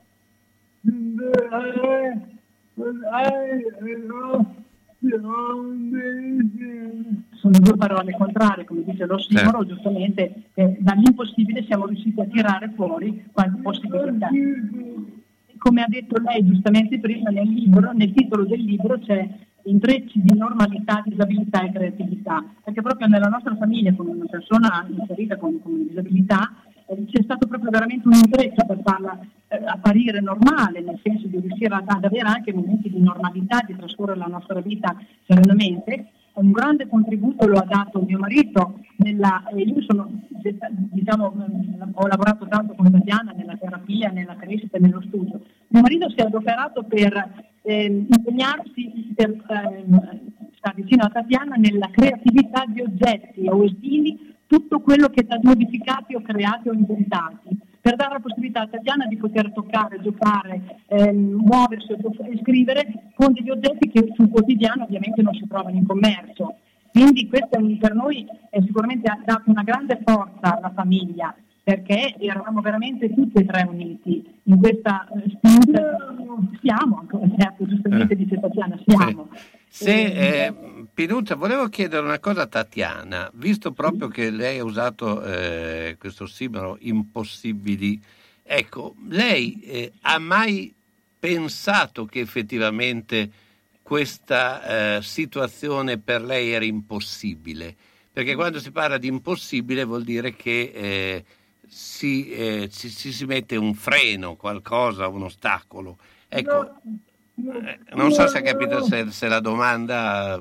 sono due parole contrarie, come dice l'ossimoro, Certo. giustamente eh, dall'impossibile siamo riusciti a tirare fuori qualche possibilità. Come ha detto lei giustamente prima nel libro, nel titolo del libro c'è intrecci di normalità, disabilità e creatività, perché proprio nella nostra famiglia, con una persona inserita con, con disabilità, eh, c'è stato proprio veramente un intreccio per farla eh, apparire normale, nel senso di riuscire ad, ad avere anche momenti di normalità, di trascorrere la nostra vita serenamente. Un grande contributo lo ha dato mio marito, nella, eh, io sono, diciamo, ho lavorato tanto con Tatiana nella terapia, nella crescita e nello studio. Mio marito si è adoperato per eh, impegnarsi, per eh, stare vicino a Tatiana nella creatività di oggetti o estili, tutto quello che è modificati o creati o inventati, per dare la possibilità a Tatiana di poter toccare, giocare, ehm, muoversi e scrivere con degli oggetti che sul quotidiano ovviamente non si trovano in commercio. Quindi questo è un, per noi è sicuramente ha dato una grande forza alla famiglia, perché eravamo veramente tutti e tre uniti in questa eh, spinta. Siamo, come certo, giustamente dice Tatiana, siamo. Se, eh, Pinuccia, volevo chiedere una cosa a Tatiana, visto proprio che lei ha usato eh, questo ossimoro impossibili, ecco, lei eh, ha mai pensato che effettivamente questa eh, situazione per lei era impossibile? Perché quando si parla di impossibile vuol dire che eh, si, eh, ci, ci si mette un freno, qualcosa, un ostacolo. Ecco, eh, non so se ha capito se, se la domanda...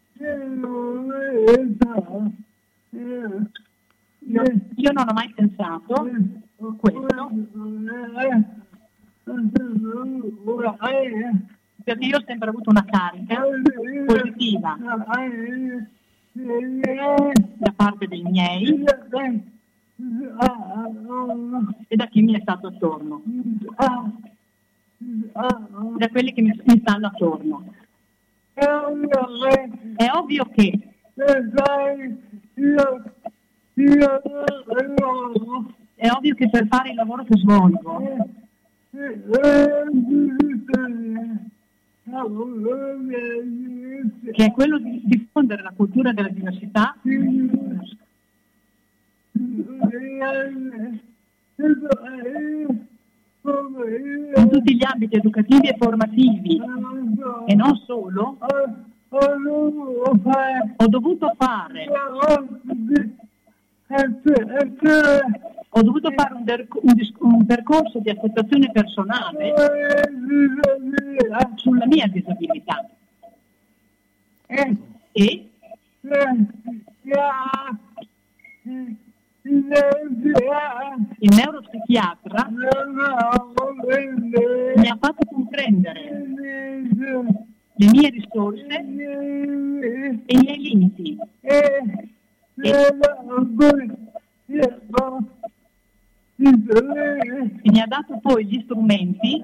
Io, io non ho mai pensato questo, perché io ho sempre avuto una carica positiva da parte dei miei e da chi mi è stato attorno, da quelli che mi, mi stanno attorno. È ovvio che è ovvio che per fare il lavoro che svolgo che è quello di diffondere la cultura della diversità in tutti gli ambiti educativi e formativi e non solo, ho dovuto fare ho dovuto fare un, der- un, dis- un percorso di accettazione personale sulla mia disabilità e il neuropsichiatra mi ha fatto comprendere le mie risorse e i miei limiti e, e mi ha dato poi gli strumenti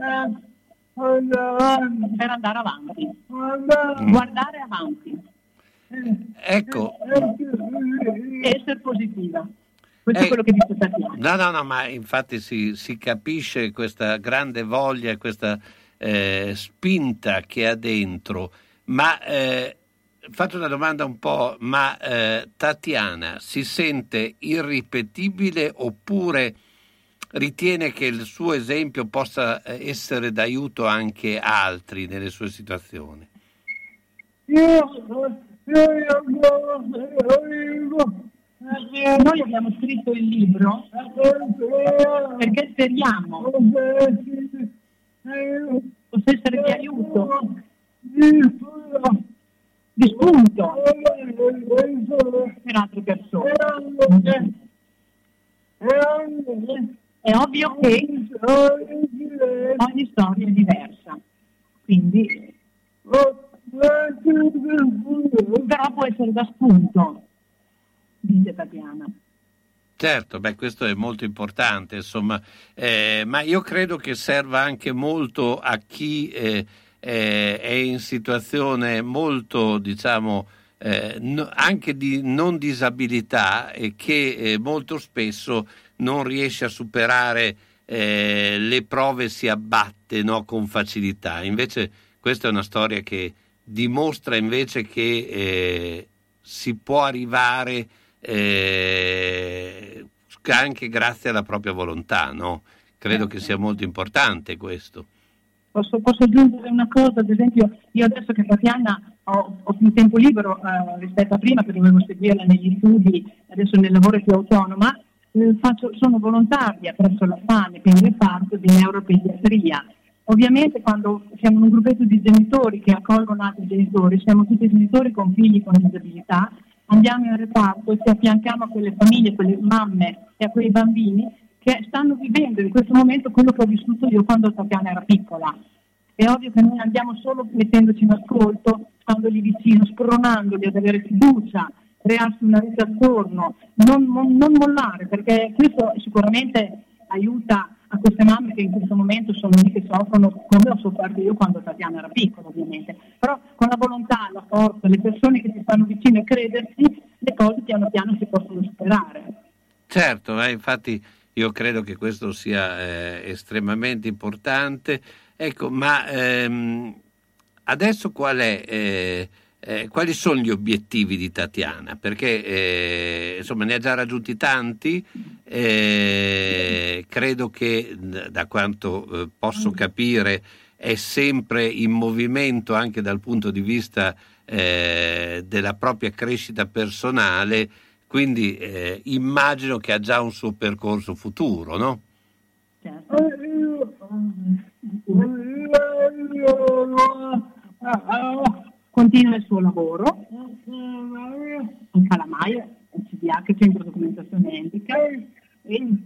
per andare avanti, guardare avanti, ecco, e essere positiva. Questo è quello che dice Tatiana. No, no, no, ma infatti si, si capisce questa grande voglia, questa eh, spinta che ha dentro. Ma eh, faccio una domanda un po', ma eh, Tatiana si sente irripetibile oppure ritiene che il suo esempio possa essere d'aiuto anche a altri nelle sue situazioni? Noi abbiamo scritto il libro perché speriamo possa essere di aiuto, di spunto per altre persone. È ovvio che ogni storia quindi però può essere da spunto, dice Tatiana. Certo, beh, questo è molto importante, insomma, eh, ma io credo che serva anche molto a chi eh, eh, è in situazione molto, diciamo, eh, no, anche di non disabilità e che eh, molto spesso non riesce a superare eh, le prove, si abbatte, no, con facilità. Invece questa è una storia che dimostra invece che eh, si può arrivare Eh, anche grazie alla propria volontà, no? Credo che sia molto importante questo. Posso, posso aggiungere una cosa, ad esempio io adesso che Tatiana ho, ho più tempo libero eh, rispetto a prima, perché dovevo seguirla negli studi, adesso nel lavoro è più autonoma, eh, faccio, sono volontaria presso la FANE per il reparto di neuropediatria. Ovviamente quando siamo un gruppetto di genitori che accolgono altri genitori, siamo tutti genitori con figli con disabilità, andiamo in reparto e ci affianchiamo a quelle famiglie, quelle mamme e a quei bambini che stanno vivendo in questo momento quello che ho vissuto io quando Tatiana era piccola. È ovvio che noi andiamo solo mettendoci in ascolto, standogli vicino, spronandoli ad avere fiducia, crearsi una rete attorno, non, non, non mollare, perché questo sicuramente aiuta a queste mamme che in questo momento sono lì che soffrono come ho sofferto io quando Tatiana era piccola, ovviamente, però con la volontà, la forza, le persone che ti stanno vicino e credersi, le cose piano piano si possono superare. Certo, eh, infatti io credo che questo sia eh, estremamente importante. Ecco, ma ehm, adesso qual è eh, eh, quali sono gli obiettivi di Tatiana? Perché eh, insomma ne ha già raggiunti tanti, eh, credo che da quanto eh, posso capire è sempre in movimento anche dal punto di vista eh, della propria crescita personale, quindi eh, immagino che ha già un suo percorso futuro, no? Certo. Continua il suo lavoro in Calamaio, in C D H, Centro Documentazione Handicap, e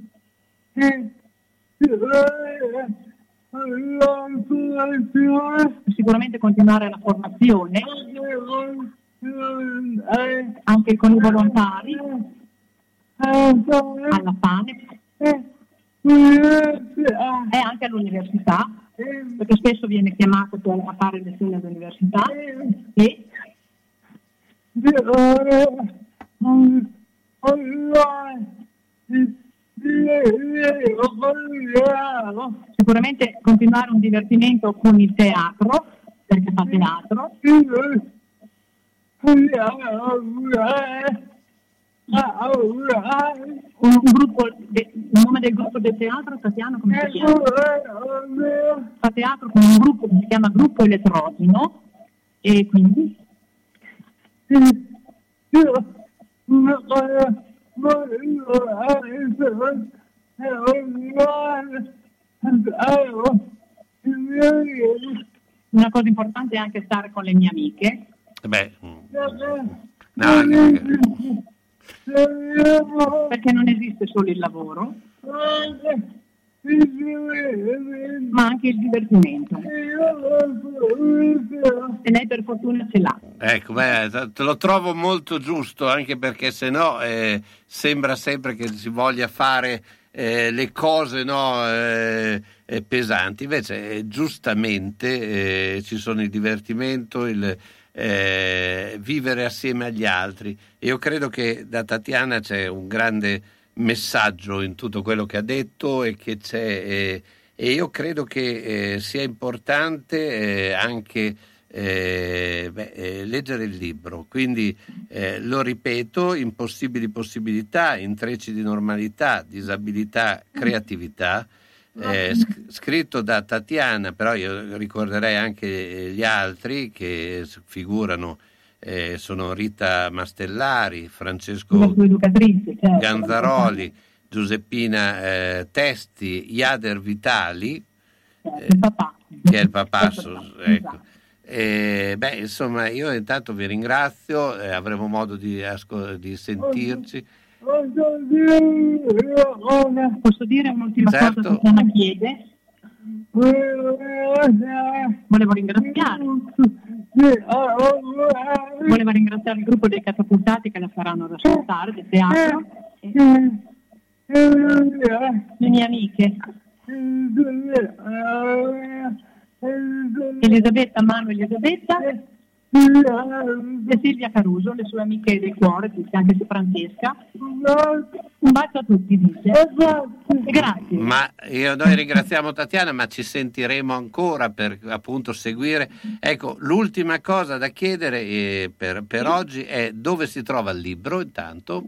sicuramente continuare la formazione anche con i volontari alla FANE e anche all'università, perché spesso viene chiamato per a fare lezioni all'università e sicuramente continuare un divertimento con il teatro, perché fa teatro, un, un gruppo de, il nome del gruppo del teatro, Tatiana, come si chiama? Fa teatro con un gruppo che si chiama Gruppo Elettrogeno, e quindi una cosa importante è anche stare con le mie amiche. Beh, no, perché non esiste solo il lavoro, ma anche il divertimento, e lei per fortuna ce l'ha. Ecco, beh, te lo trovo molto giusto, anche perché se no eh, sembra sempre che si voglia fare eh, le cose, no, eh, eh, pesanti. Invece eh, giustamente eh, ci sono il divertimento, il eh, vivere assieme agli altri. Io credo che da Tatiana c'è un grande messaggio in tutto quello che ha detto, e che c'è eh, e io credo che eh, sia importante eh, anche eh, beh, eh, leggere il libro. Quindi eh, lo ripeto: impossibili possibilità, intrecci di normalità, disabilità, creatività, eh, sc- scritto da Tatiana, però io ricorderei anche gli altri che figurano. Eh, sono Rita Mastellari, Francesco certo, Ganzaroli, Giuseppina eh, Testi, Iader Vitali, certo, il papà. che è il papà. Ecco. Eh, beh, insomma, io intanto vi ringrazio, eh, avremo modo di, asco- di sentirci. Posso dire un'ultima certo. cosa che Tatiana chiede? Volevo ringraziare. Voleva ringraziare il gruppo dei catapultati che la faranno ascoltare del teatro. Le mie amiche. Elisabetta, Manu, Elisabetta e Silvia Caruso, le sue amiche del cuore, anche su Francesca. Un bacio a tutti, dice. Grazie. Ma io, noi ringraziamo Tatiana, ma ci sentiremo ancora per appunto seguire. Ecco, l'ultima cosa da chiedere eh, per, per oggi è dove si trova il libro, intanto.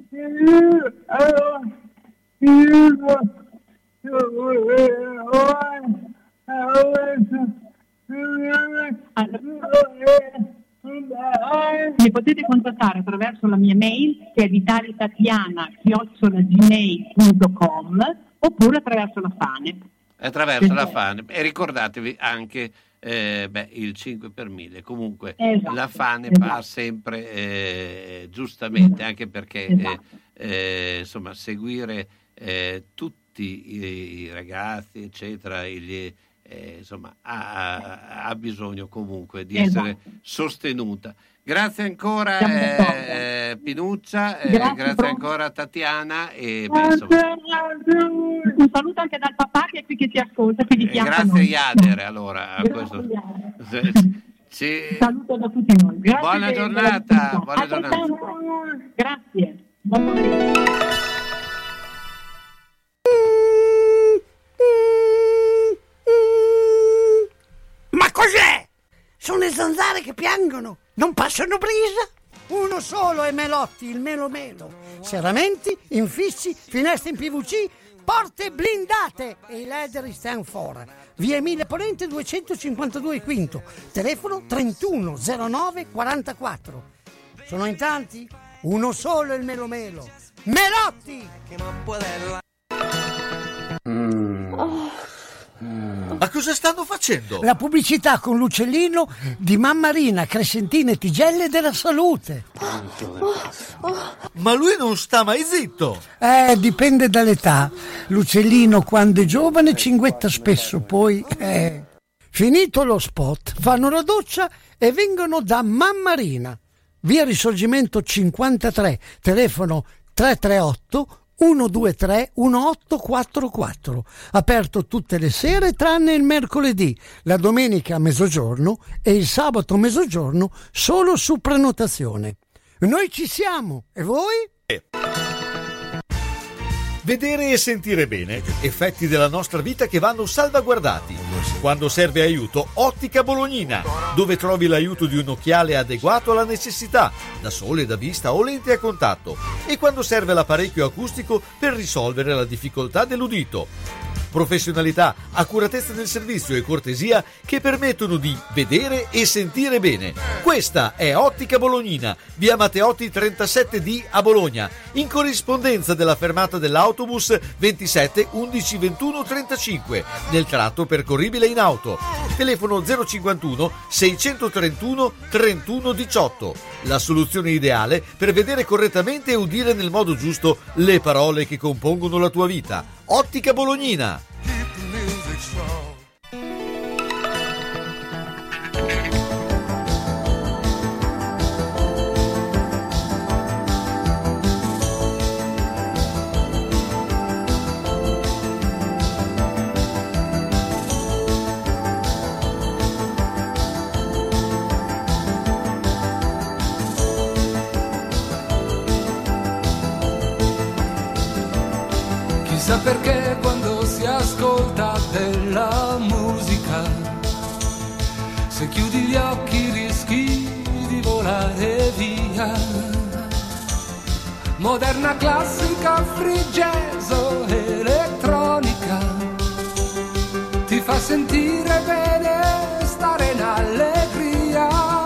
Mi potete contattare attraverso la mia mail, che è vitalitatiana chiocciola gmail punto com, oppure attraverso la Fane. Attraverso la Fane. E ricordatevi anche eh, beh, il cinque per mille. Comunque esatto, la Fane esatto. va sempre eh, giustamente, esatto. Anche perché esatto. eh, eh, insomma seguire eh, tutti i, i ragazzi, eccetera, gli, eh, insomma ha, ha bisogno comunque di esatto. essere sostenuta. Grazie ancora eh, Pinuccia, eh, grazie, grazie ancora Tatiana e beh, insomma. Un saluto anche dal papà che è qui che ti ascolta, che vi eh, grazie Iader allora a questo. Ci... Saluto da tutti noi. Grazie buona per, giornata, per buona giornata. Grazie. Buon pomeriggio. Ma cos'è? Sono le zanzare che piangono, non passano brisa. Uno solo è Melotti, il Melo Melo. Serramenti, infissi, finestre in P V C, porte blindate e i leder stand for. Via Emilia Ponente duecentocinquantadue Quinto, telefono trentuno zero nove quarantaquattro. Sono in tanti? Uno solo è il Melo Melo. Melotti! Mm. Oh. Mm. Ma cosa stanno facendo? La pubblicità con l'uccellino di Mammarina, Crescentina e Tigelle della Salute. Oh, oh. Ma lui non sta mai zitto. Eh, dipende dall'età. L'uccellino quando è giovane cinguetta spesso, poi eh. finito lo spot fanno la doccia e vengono da Mammarina. Via Risorgimento cinquantatré, telefono tre tre otto uno due tre uno otto quattro quattro, aperto tutte le sere tranne il mercoledì, la domenica a mezzogiorno e il sabato a mezzogiorno solo su prenotazione. Noi ci siamo, e voi? Vedere e sentire bene, effetti della nostra vita che vanno salvaguardati. Quando serve aiuto, Ottica Bolognina, dove trovi l'aiuto di un occhiale adeguato alla necessità, da sole, da vista o lente a contatto, e quando serve l'apparecchio acustico per risolvere la difficoltà dell'udito. Professionalità, accuratezza nel servizio e cortesia che permettono di vedere e sentire bene. Questa è Ottica Bolognina, via Matteotti trentasette D a Bologna, in corrispondenza della fermata dell'autobus ventisette undici ventuno trentacinque, nel tratto percorribile in auto. Telefono zero cinquantuno seicentotrentuno trentuno diciotto. La soluzione ideale per vedere correttamente e udire nel modo giusto le parole che compongono la tua vita. Ottica Bolognina. Chissà perché quando si ascolta della musica, se chiudi gli occhi rischi di volare via. Moderna, classica, free jazz o elettronica, ti fa sentire bene, stare in allegria.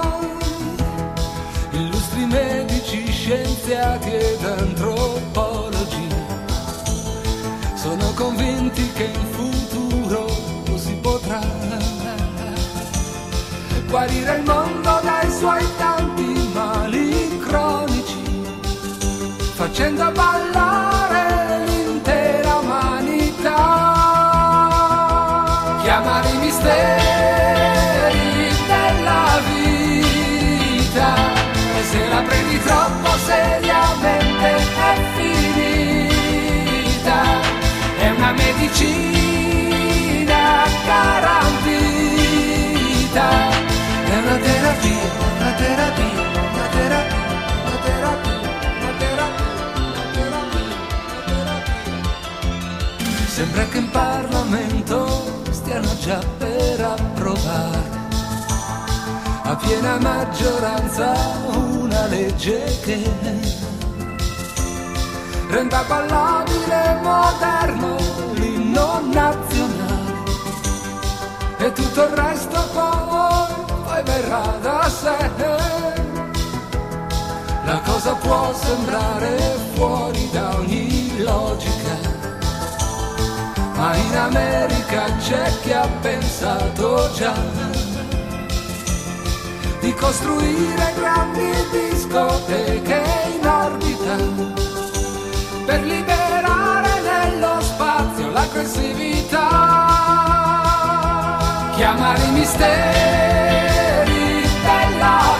Illustri medici, scienziati ed antropologi sono convinti che in futuro si potrà guarire il mondo dai suoi tanti mali cronici, facendo ballare l'intera umanità. Chiama medicina garantita, è una terapia, una terapia, una terapia, una terapia, una terapia, una terapia, una terapia. Sembra che in Parlamento stiano già per approvare a piena maggioranza una legge che renda ballabile e moderno l'inno nazionale, e tutto il resto poi, poi verrà da sé. La cosa può sembrare fuori da ogni logica, ma in America c'è chi ha pensato già di costruire grandi discoteche in orbita per liberare nello spazio l'aggressività, chiamare i misteri della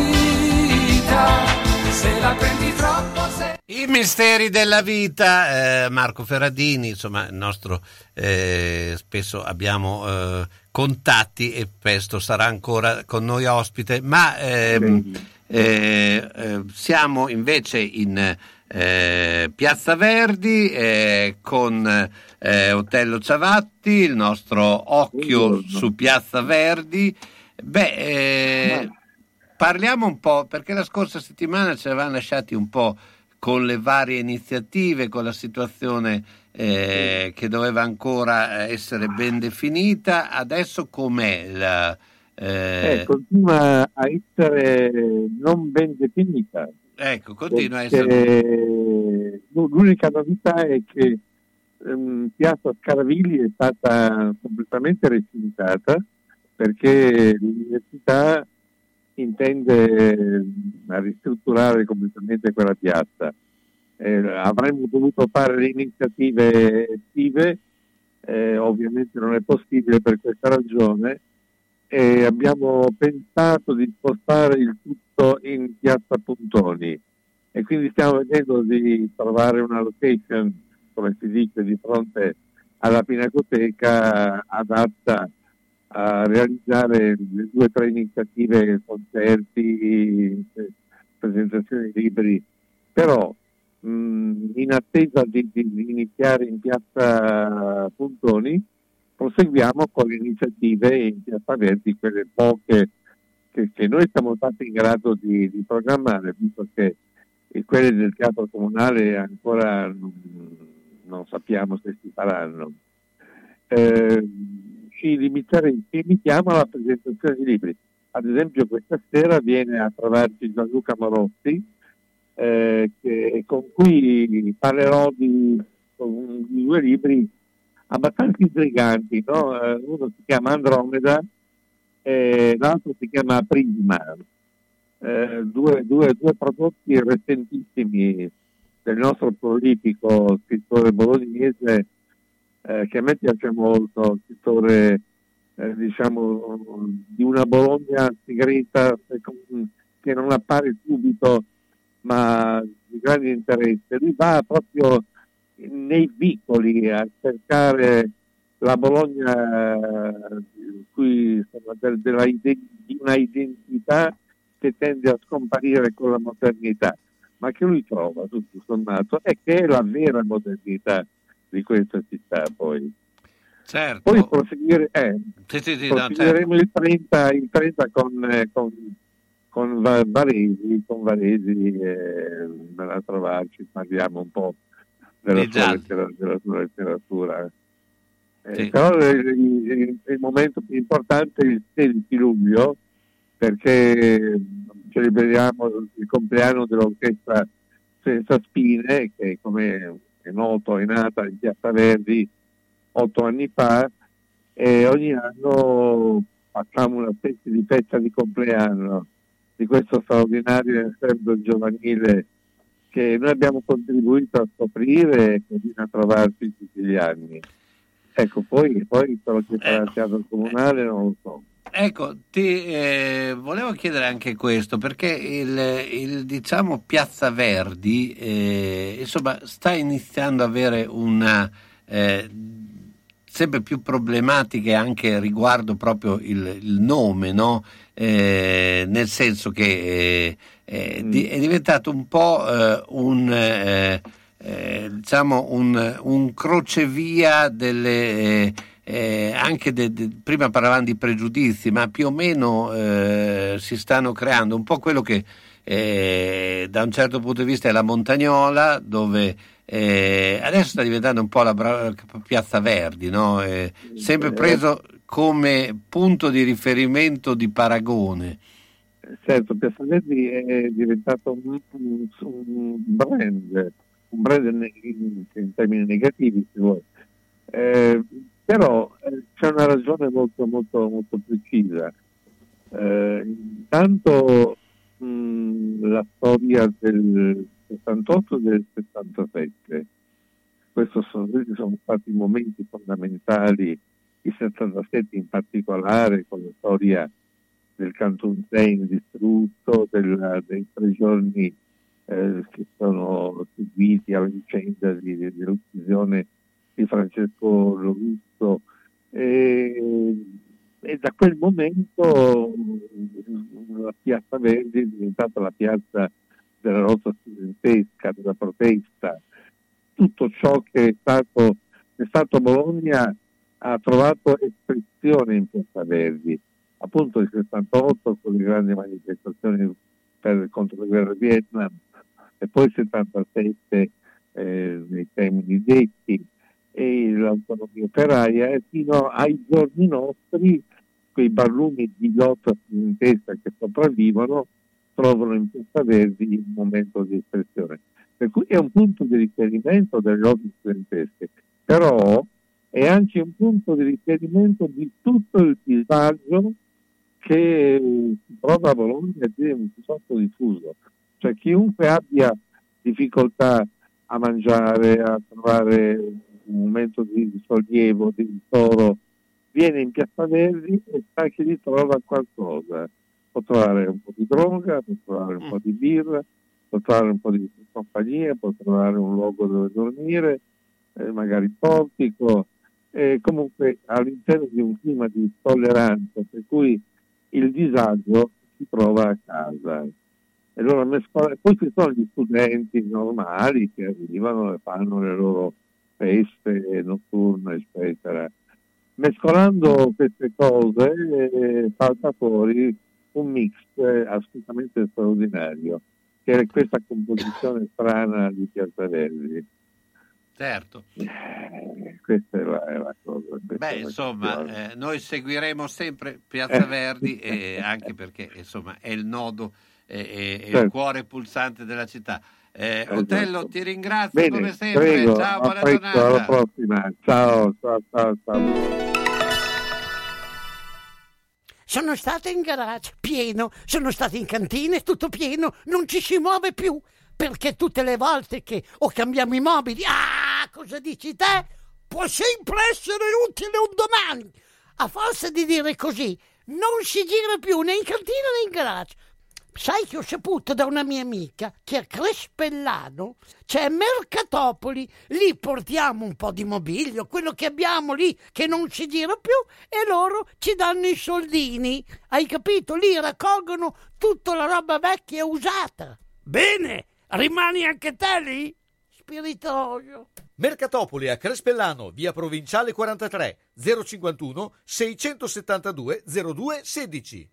vita, se la prendi troppo se... I misteri della vita, eh, Marco Ferradini, insomma, il nostro eh, spesso abbiamo eh, contatti e presto sarà ancora con noi ospite, ma ehm, eh, eh, siamo invece in eh, Piazza Verdi eh, con eh, Otello Ciavatti, il nostro occhio Buongiorno. su Piazza Verdi. Beh, eh, parliamo un po', perché la scorsa settimana ci avevamo lasciati un po' con le varie iniziative, con la situazione eh, che doveva ancora essere ben definita. Adesso com'è la... Eh... Eh, continua a essere non ben definita. Ecco, continua a essere... L'unica novità è che um, Piazza Scaravilli è stata completamente recintata, perché l'università intende ristrutturare completamente quella piazza. Eh, avremmo dovuto fare le iniziative estive, eh, ovviamente non è possibile per questa ragione, e abbiamo pensato di spostare il tutto in Piazza Puntoni, e quindi stiamo vedendo di trovare una location, come si dice, di fronte alla Pinacoteca adatta a realizzare le due o tre iniziative, concerti, presentazioni di libri, però mh, in attesa di, di iniziare in Piazza Puntoni proseguiamo con le iniziative in Piazza Verdi, quelle poche che, che noi siamo stati in grado di, di programmare, visto che quelle del Teatro Comunale ancora non, non sappiamo se si faranno. Eh, Ci limiteremo, ci limitiamo alla presentazione di libri. Ad esempio questa sera viene a trovarci Gianluca Morozzi, eh, che, con cui parlerò di, di due libri abbastanza intriganti, no? Eh, uno si chiama Andromeda e l'altro si chiama Prisma, eh, due, due, due prodotti recentissimi del nostro prolifico scrittore bolognese, Eh, che a me piace molto, scrittore eh, diciamo di una Bologna segreta che non appare subito ma di grande interesse. Lui va proprio nei vicoli a cercare la Bologna cui, insomma, del, della, di una identità che tende a scomparire con la modernità, ma che lui trova tutto sommato e che è la vera modernità di questa città. Poi certo. poi proseguire, eh, sì, sì, sì, proseguiremo no, certo. il trenta, il trenta con, eh, con, con Varesi, con Varesi eh, a trovarci, parliamo un po' della, sua, lettera, della sua letteratura. Eh, sì. Però il, il, il momento più importante è il sedici luglio, perché celebriamo il compleanno dell'orchestra Senza Spine, che come è noto è nata in Piazza Verdi otto anni fa, e ogni anno facciamo una specie di festa di compleanno di questo straordinario ensemble giovanile che noi abbiamo contribuito a scoprire e che viene a trovarci tutti gli anni. Ecco, poi, poi quello che farà il Teatro Comunale non lo so. Ecco, ti eh, volevo chiedere anche questo, perché il, il diciamo Piazza Verdi eh, insomma sta iniziando ad avere una eh, sempre più problematiche anche riguardo proprio il, il nome, no? Eh, nel senso che eh, eh, mm. di, è diventato un po' eh, un eh, eh, diciamo un, un crocevia delle eh, eh, anche de, de, prima parlavamo di pregiudizi, ma più o meno eh, si stanno creando un po' quello che eh, da un certo punto di vista è la Montagnola, dove eh, adesso sta diventando un po' la bra- Piazza Verdi, no? Eh, sempre preso come punto di riferimento, di paragone. Certo, Piazza Verdi è diventato un, un, un brand, un brand in, in termini negativi, se vuoi. Eh, però eh, c'è una ragione molto molto molto precisa. Eh, intanto mh, la storia del sessantotto e del sessantasette, questi sono, sono stati momenti fondamentali, il settantasette in particolare, con la storia del Canton Seine distrutto, della, dei tre giorni eh, che sono seguiti alla vicenda di, di, dell'uccisione di Francesco Lorusso, e, e da quel momento la Piazza Verdi è diventata la piazza della lotta studentesca, della protesta. Tutto ciò che è stato, è stato Bologna ha trovato espressione in Piazza Verdi, appunto il sessantotto con le grandi manifestazioni per, contro la guerra di Vietnam, e poi il settantasette eh, nei termini detti, e l'autonomia operaia, e fino ai giorni nostri quei barlumi di lotta studentesca che sopravvivono trovano in Piazza Verdi un momento di espressione, per cui è un punto di riferimento delle lotte studentesche, però è anche un punto di riferimento di tutto il disagio che si trova a Bologna ed è un piuttosto diffuso, cioè chiunque abbia difficoltà a mangiare, a trovare un momento di sollievo, di ristoro, viene in Piazza Verdi e sa che gli trova qualcosa. Può trovare un po' di droga, può trovare un po' di birra, può trovare un po' di compagnia, può trovare un luogo dove dormire, eh, magari portico, e comunque all'interno di un clima di tolleranza, per cui il disagio si trova a casa. E allora mescola... Poi ci sono gli studenti normali che arrivano e fanno le loro feste notturne, eccetera. Mescolando queste cose eh, salta fuori un mix eh, assolutamente straordinario, che è questa composizione strana di Piazza Verdi. Certo. Eh, questa è la, è la cosa. Beh, insomma, eh, noi seguiremo sempre Piazza Verdi, eh, anche perché insomma è il nodo, eh, è certo. Il cuore pulsante della città. Eh, Otello, esatto. Ti ringrazio. Bene, come sempre. Prego, ciao, buona presto, giornata. Alla prossima. Ciao, ciao, ciao, ciao. Sono stata in garage, pieno, sono stata in cantina, tutto pieno, non ci si muove più, perché tutte le volte che o cambiamo i mobili, ah, cosa dici te? Può sempre essere utile un domani. A forza di dire così, non si gira più né in cantina né in garage. Sai che ho saputo da una mia amica che a Crespellano c'è Mercatopoli, lì portiamo un po' di mobilio, quello che abbiamo lì che non si gira più, e loro ci danno i soldini, hai capito? Lì raccolgono tutta la roba vecchia e usata. Bene, rimani anche te lì? Spiritoso. Mercatopoli a Crespellano, via Provinciale quarantatré, zero cinquantuno seicentosettantadue zero due sedici.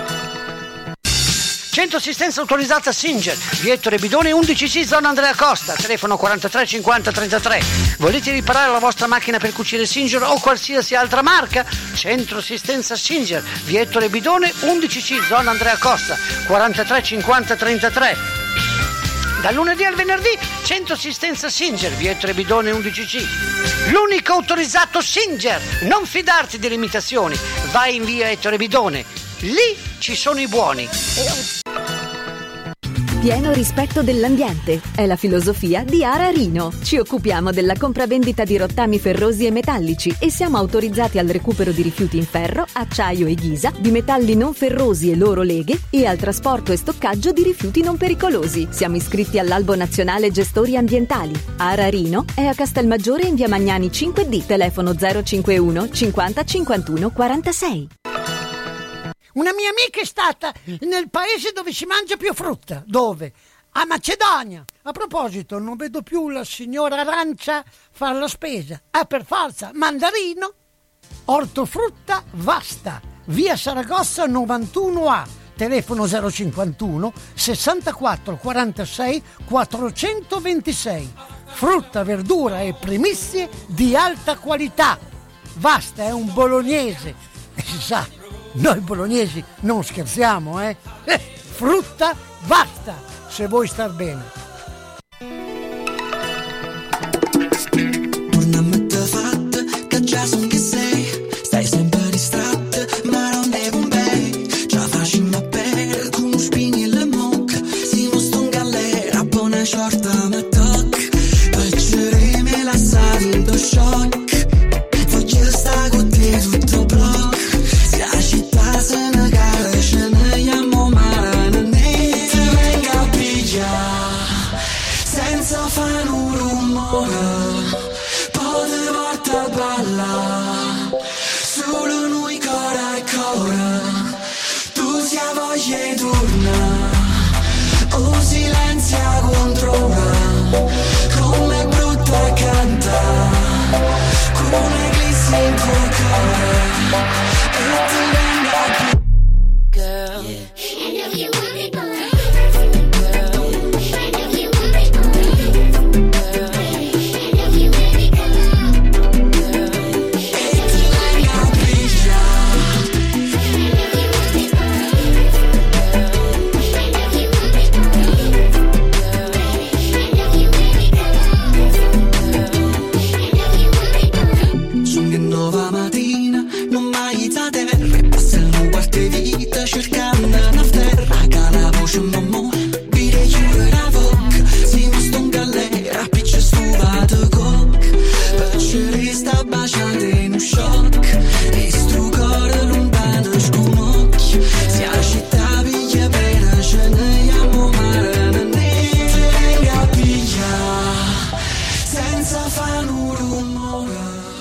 Centro assistenza autorizzata Singer, via Ettore Bidone undici C, zona Andrea Costa, telefono quarantatré cinquanta trentatré. Volete riparare la vostra macchina per cucire Singer o qualsiasi altra marca? Centro assistenza Singer, via Ettore Bidone undici C, zona Andrea Costa, quarantatré cinquanta trentatré. Dal lunedì al venerdì, Centro assistenza Singer, via Ettore Bidone undici C. L'unico autorizzato Singer. Non fidarti delle imitazioni. Vai in via Ettore Bidone. Lì ci sono i buoni. pieno rispetto dell'ambiente. È la filosofia di Ara Rino. Ci occupiamo della compravendita di rottami ferrosi e metallici e siamo autorizzati al recupero di rifiuti in ferro, acciaio e ghisa, di metalli non ferrosi e loro leghe e al trasporto e stoccaggio di rifiuti non pericolosi. Siamo iscritti all'Albo Nazionale Gestori Ambientali. Ara Rino è a Castelmaggiore in via Magnani cinque D, telefono zero cinquantuno cinquanta cinquantuno quarantasei. Una mia amica è stata nel paese dove si mangia più frutta. Dove? A Macedonia. A proposito, non vedo più la signora Arancia fare la spesa. Ah, per forza, mandarino. Ortofrutta Vasta, via Saragossa novantuno A, telefono zero cinquantuno sessantaquattro quarantasei quattrocentoventisei. Frutta, verdura e primizie di alta qualità. Vasta è un bolognese e si sa, noi bolognesi non scherziamo, eh? eh frutta Vasta, se vuoi star bene. Torna a mettere fatta, che già son che sei, stai sempre distratta, ma non devo un bei, già facciamo a bere, con lo spini e le mocca, si mostra in galera, buona shorta ma tocca, piacereme la sali do shock, voglio sta con te tutto blocco, se la città se ne gara, ce ne chiamo male, non ne te venga a pigliare, senza fare un rumore, poi te porta a ballare, solo noi cora e cora, tu si ha voglia di tornare, o silenzio controlla, come brutta canta, come un'eclissi in tuo cuore, e ti venga a più. Girl, I know you want me, boy. Nuova mattina, non mai da terra, e passano qualche vita cercando una terra, che la voce mamma, vire chiudere la bocca, si mostra in galera, piccia stufato coc, perché resta baciata in un shock, e sto cuore lontano sconocchio, se la città piglia pena, ce ne chiamo mare, non ne te venga a pigliare, senza fare un rumore.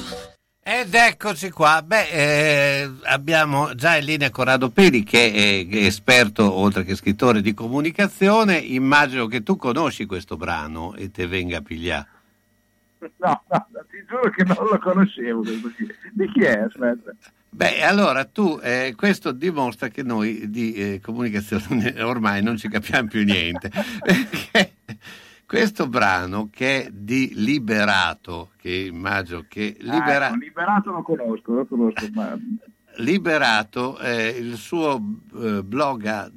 Ed eccoci qua, beh, eh, abbiamo già in linea Corrado Peli che è, che è esperto, oltre che scrittore, di comunicazione. Immagino che tu conosci questo brano e te venga a pigliare. No, no, ti giuro che non lo conoscevo. Di chi è? Aspetta. Beh, allora tu, eh, questo dimostra che noi di eh, comunicazione ormai non ci capiamo più niente. Perché questo brano, che è di Liberato, che immagino che Libera... Ah, ecco, Liberato lo conosco, lo conosco, ma... Liberato, eh, il suo eh, blog ha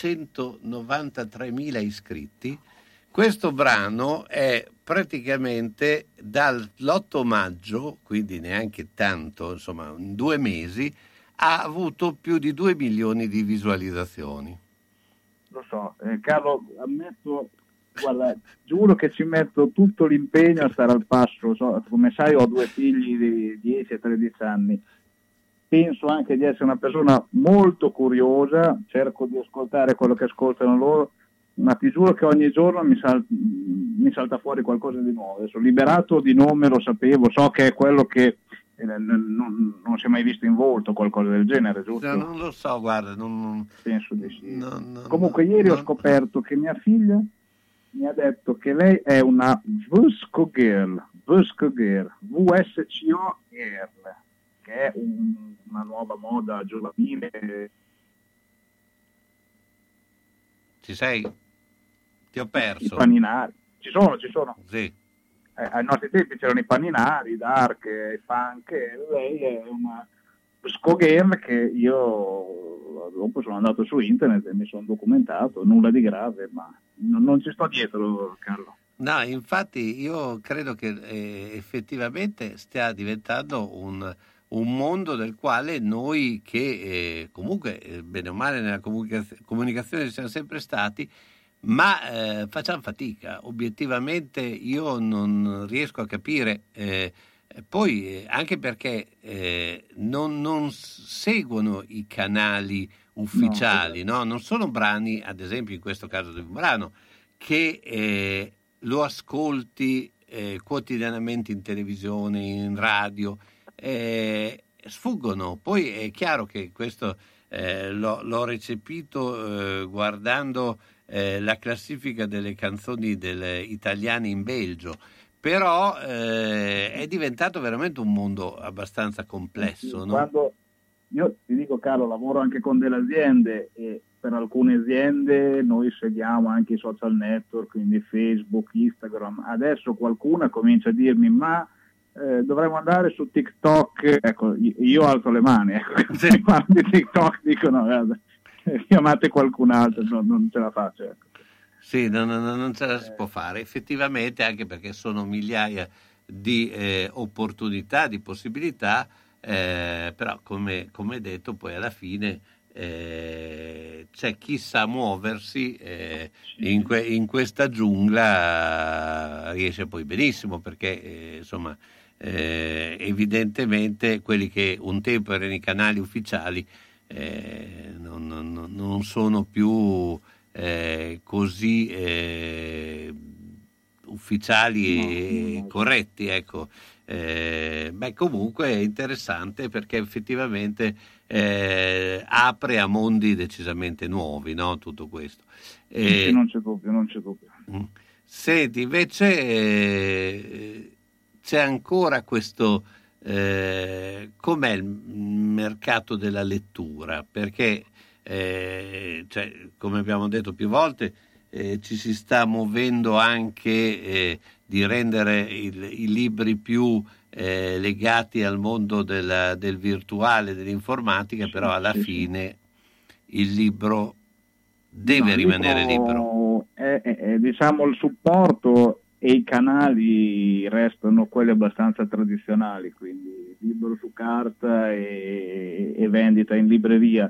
duecentonovantatremila iscritti. Questo brano è praticamente dall'otto maggio, quindi neanche tanto, insomma, in due mesi, ha avuto più di due milioni di visualizzazioni. Lo so, eh, Carlo, ammetto... Guarda, giuro che ci metto tutto l'impegno a stare al passo, so, come sai ho due figli di dieci e tredici anni, penso anche di essere una persona molto curiosa, cerco di ascoltare quello che ascoltano loro, ma ti giuro che ogni giorno mi, sal- mi salta fuori qualcosa di nuovo. Adesso Liberato di nome lo sapevo, so che è quello che eh, non, non si è mai visto in volto, qualcosa del genere, giusto? No, non lo so, guarda, non... penso di sì. No, no, Comunque no, ieri no. ho scoperto che mia figlia mi ha detto che lei è una Vusko Girl, Vusko Girl, V S C O Girl, che è un, una nuova moda giovanile. Ci sei? Ti ho perso. I paninari, ci sono, ci sono. Sì. Eh, ai nostri tempi c'erano i paninari, i dark, i funk, e lei è una Vusko Girl che io dopo sono andato su internet e mi sono documentato, nulla di grave, ma non, non ci sto dietro, Carlo. No, infatti io credo che eh, effettivamente stia diventando un, un mondo del quale noi che eh, comunque eh, bene o male nella comunica- comunicazione siamo sempre stati, ma eh, facciamo fatica, obiettivamente io non riesco a capire, eh, poi eh, anche perché eh, non, non seguono i canali ufficiali, no, no? Non sono brani, ad esempio in questo caso di un brano, che eh, lo ascolti eh, quotidianamente in televisione, in radio, eh, sfuggono. Poi è chiaro che questo eh, l'ho, l'ho recepito eh, guardando eh, la classifica delle canzoni delle italiane in Belgio, però eh, è diventato veramente un mondo abbastanza complesso, no? Quando io ti dico, Carlo, lavoro anche con delle aziende e per alcune aziende noi seguiamo anche i social network, quindi Facebook, Instagram. Adesso qualcuna comincia a dirmi ma eh, dovremmo andare su TikTok. Ecco, io alzo le mani, ecco. Se parlo di TikTok dicono guarda, chiamate qualcun altro, no, non ce la faccio, ecco. Sì, non, non, non ce la si può fare, effettivamente, anche perché sono migliaia di eh, opportunità, di possibilità, eh, però come, come detto poi alla fine eh, c'è chi sa muoversi eh, in, que, in questa giungla, eh, riesce poi benissimo, perché eh, insomma eh, evidentemente quelli che un tempo erano i canali ufficiali eh, non, non, non sono più Eh, così eh, ufficiali e no, no. corretti, ecco. Eh, beh, comunque è interessante perché effettivamente eh, apre a mondi decisamente nuovi, no? Tutto questo. Eh, sì, non c'è dubbio, non c'è dubbio. Senti, invece eh, c'è ancora questo eh, com'è il mercato della lettura? Perché Eh, cioè, come abbiamo detto più volte, eh, ci si sta muovendo anche eh, di rendere il, i libri più eh, legati al mondo della, del virtuale, dell'informatica, però alla sì, fine sì. il libro deve no, rimanere libro. È, è, è, diciamo il supporto e i canali restano quelli abbastanza tradizionali, quindi libro su carta e, e vendita in libreria.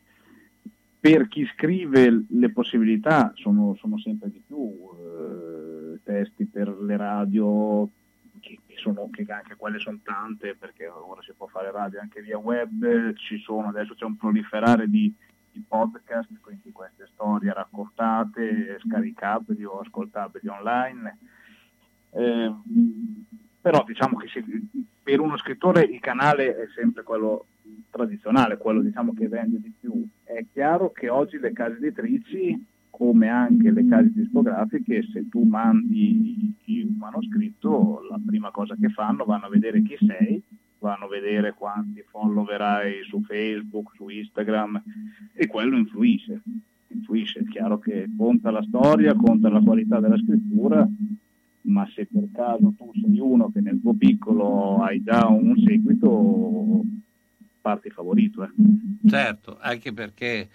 Per chi scrive le possibilità sono, sono sempre di più, eh, testi per le radio, che, che, sono, che anche quelle sono tante, perché ora si può fare radio anche via web, ci sono, adesso c'è un proliferare di, di podcast, quindi queste storie raccontate, scaricabili o ascoltabili online. Eh, però diciamo che si, per uno scrittore il canale è sempre quello tradizionale, quello diciamo che vende di più. È chiaro che oggi le case editrici, come anche le case discografiche, se tu mandi un manoscritto, la prima cosa che fanno vanno a vedere chi sei, vanno a vedere quanti follower hai su Facebook, su Instagram, e quello influisce. Influisce, è chiaro che conta la storia, conta la qualità della scrittura, ma se per caso tu sei uno che nel tuo piccolo hai già un seguito, parti favorito. Eh. Certo, anche perché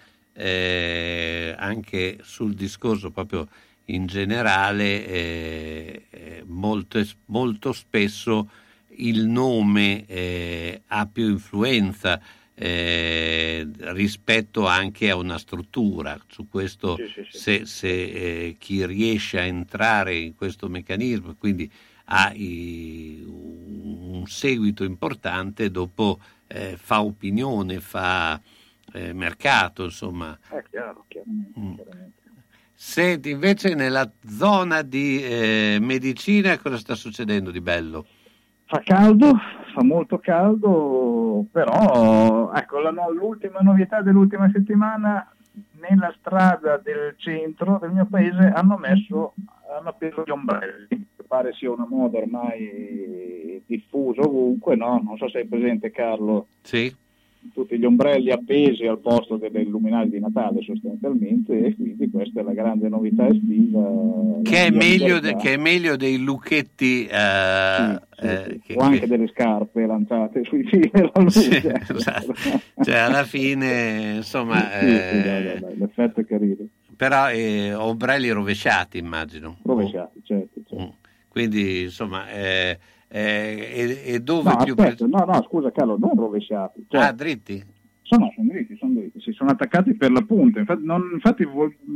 eh, anche sul discorso proprio in generale eh, eh, molto, molto spesso il nome eh, ha più influenza eh, rispetto anche a una struttura. Su questo sì, sì, sì. se, se eh, chi riesce a entrare in questo meccanismo, quindi ha i, un seguito importante, dopo eh, fa opinione, fa eh, mercato, insomma. È chiaro, chiaramente, mm. chiaramente. Senti, invece nella zona di eh, medicina cosa sta succedendo di bello? Fa caldo, fa molto caldo, però ecco la, no, l'ultima novità dell'ultima settimana: nella strada del centro del mio paese hanno messo hanno appeso gli ombrelli, che pare sia una moda ormai diffusa ovunque, no? Non so se hai presente, Carlo. Sì. Tutti gli ombrelli appesi al posto delle luminarie di Natale sostanzialmente, e quindi questa è la grande novità estiva. Che è meglio, de, che è meglio dei lucchetti eh, sì, sì, eh, sì. Che, o anche che... delle scarpe lanciate sui fili della luce. Sì, esatto. Cioè alla fine insomma sì, sì, eh, dai, dai, dai, l'effetto è carino. Però eh, ombrelli rovesciati, immagino. Rovesciati, certo, certo. Mm. Quindi insomma eh, Eh, e, e dove no, più aspetta, no, no, scusa Carlo, non rovesciati. Cioè, ah, dritti? Sono, sono dritti, sono dritti, si sono attaccati per la punta. Infatti, non, infatti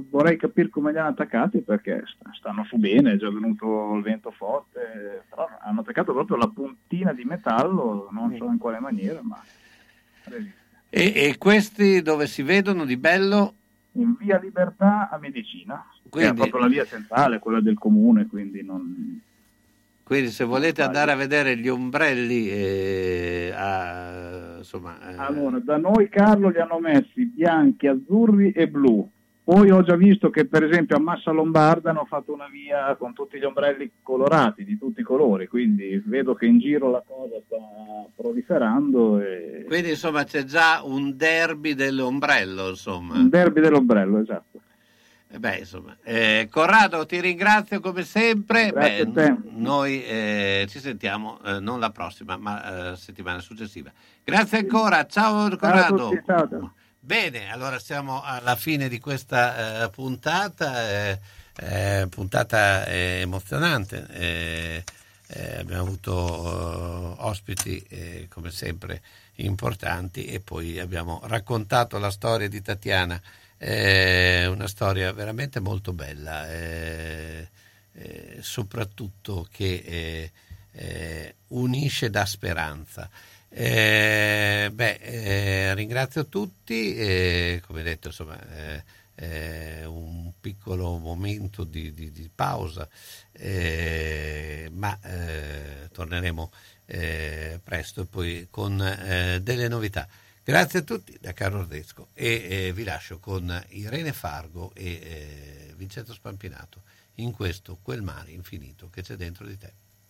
vorrei capire come li hanno attaccati, perché st- stanno su bene, è già venuto il vento forte, però hanno attaccato proprio la puntina di metallo, non so in quale maniera, ma E, e questi dove si vedono di bello? in via Libertà a Medicina, Quindi- che è proprio la via centrale, quella del comune, quindi non... Quindi se volete andare a vedere gli ombrelli, eh, a- insomma, eh, Allora, da noi, Carlo, li hanno messi bianchi, azzurri e blu. Poi ho già visto che per esempio a Massa Lombarda hanno fatto una via con tutti gli ombrelli colorati, di tutti i colori, quindi vedo che in giro la cosa sta proliferando. E... quindi insomma c'è già un derby dell'ombrello, insomma. Un derby dell'ombrello, esatto. Eh Beh, insomma, eh, Corrado, ti ringrazio come sempre. Grazie Beh, a te. n- noi eh, ci sentiamo eh, non la prossima, ma eh, settimana successiva. Grazie ancora, ciao Corrado. Ciao a tutti, ciao, ciao. Bene, allora siamo alla fine di questa eh, puntata, eh, eh, puntata eh, emozionante. Eh, eh, abbiamo avuto eh, ospiti eh, come sempre importanti e poi abbiamo raccontato la storia di Tatiana. È una storia veramente molto bella, eh, eh, soprattutto che eh, eh, unisce da speranza. Eh, beh, eh, ringrazio tutti, eh, come detto, insomma, eh, eh, un piccolo momento di, di, di pausa, eh, ma eh, torneremo eh, presto e poi con eh, delle novità. Grazie a tutti da Carlo Ordesco e eh, vi lascio con Irene Fargo e eh, Vincenzo Spampinato in questo Quel mare infinito che c'è dentro di te.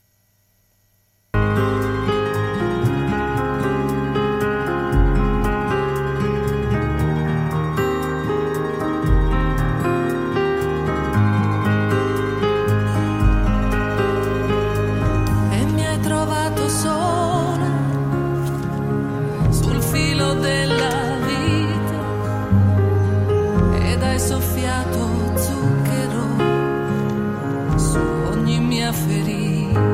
E mi hai trovato sola sul filo della vita ed hai soffiato zucchero su ogni mia ferita.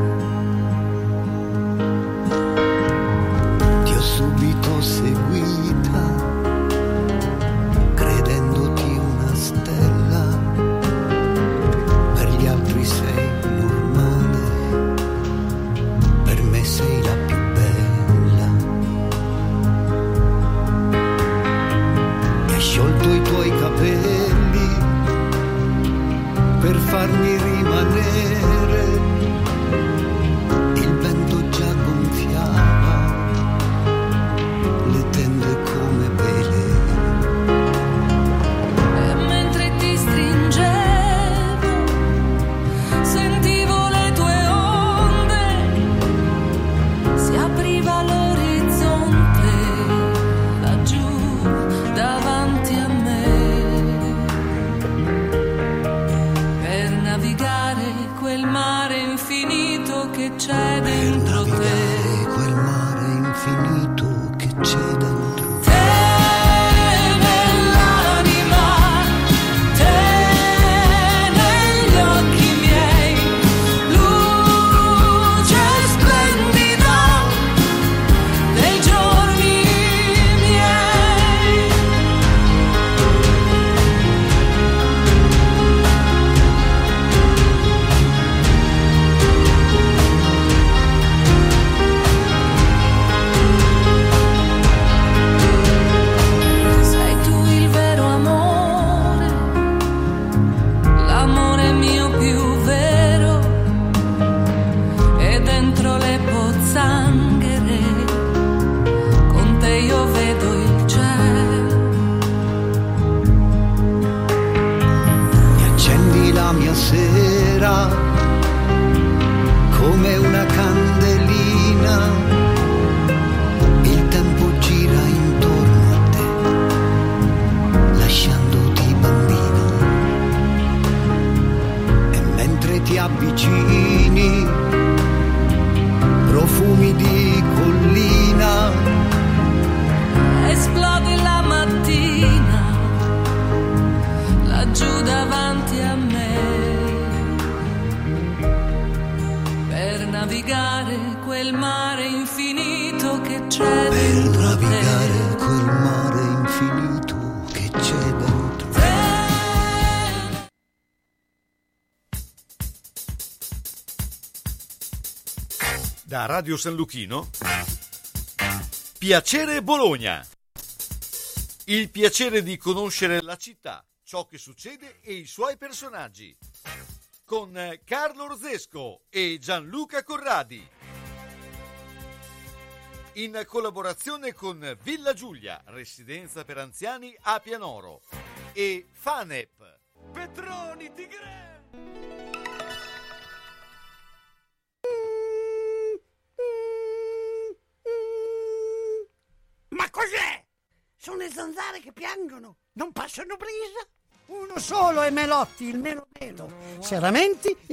Ti ho subito seguita, credendoti una stella, per gli altri sei normale, per me sei la più bella. Hai sciolto i tuoi capelli per farmi rimanere, il vento già gonfiava le tende come vele. E mentre ti stringevo sentivo le tue onde, si apriva l'orizzonte laggiù davanti a me, per navigare quel mare infinito che c'è dentro te. Quel mare infinito che c'è dentro Te nell'anima, te negli occhi miei, luce splendida dei giorni miei. Sei tu il vero amore, l'amore mio più vero, e dentro le pozzanghere con te io vedo il cielo. mi accendi la mia sera come una candelina, il tempo gira intorno a te lasciandoti bambina, e mentre ti avvicini profumi di collina, Esplode la mattina laggiù davanti a me, per navigare quel mare infinito che c'è dentro te. quel mare infinito che c'è dentro Te Da Radio San Luchino, Piacere Bologna. Il piacere di conoscere la città, ciò che succede e i suoi personaggi. Con Carlo Orzesco e Gianluca Corradi. In collaborazione con Villa Giulia, residenza per anziani a Pianoro, e Fanep. Petroni Tigre! Ma cos'è? Sono le zanzare che piangono, non passano brisa? Uno solo è Melotti, il Melo Melo. Serramenti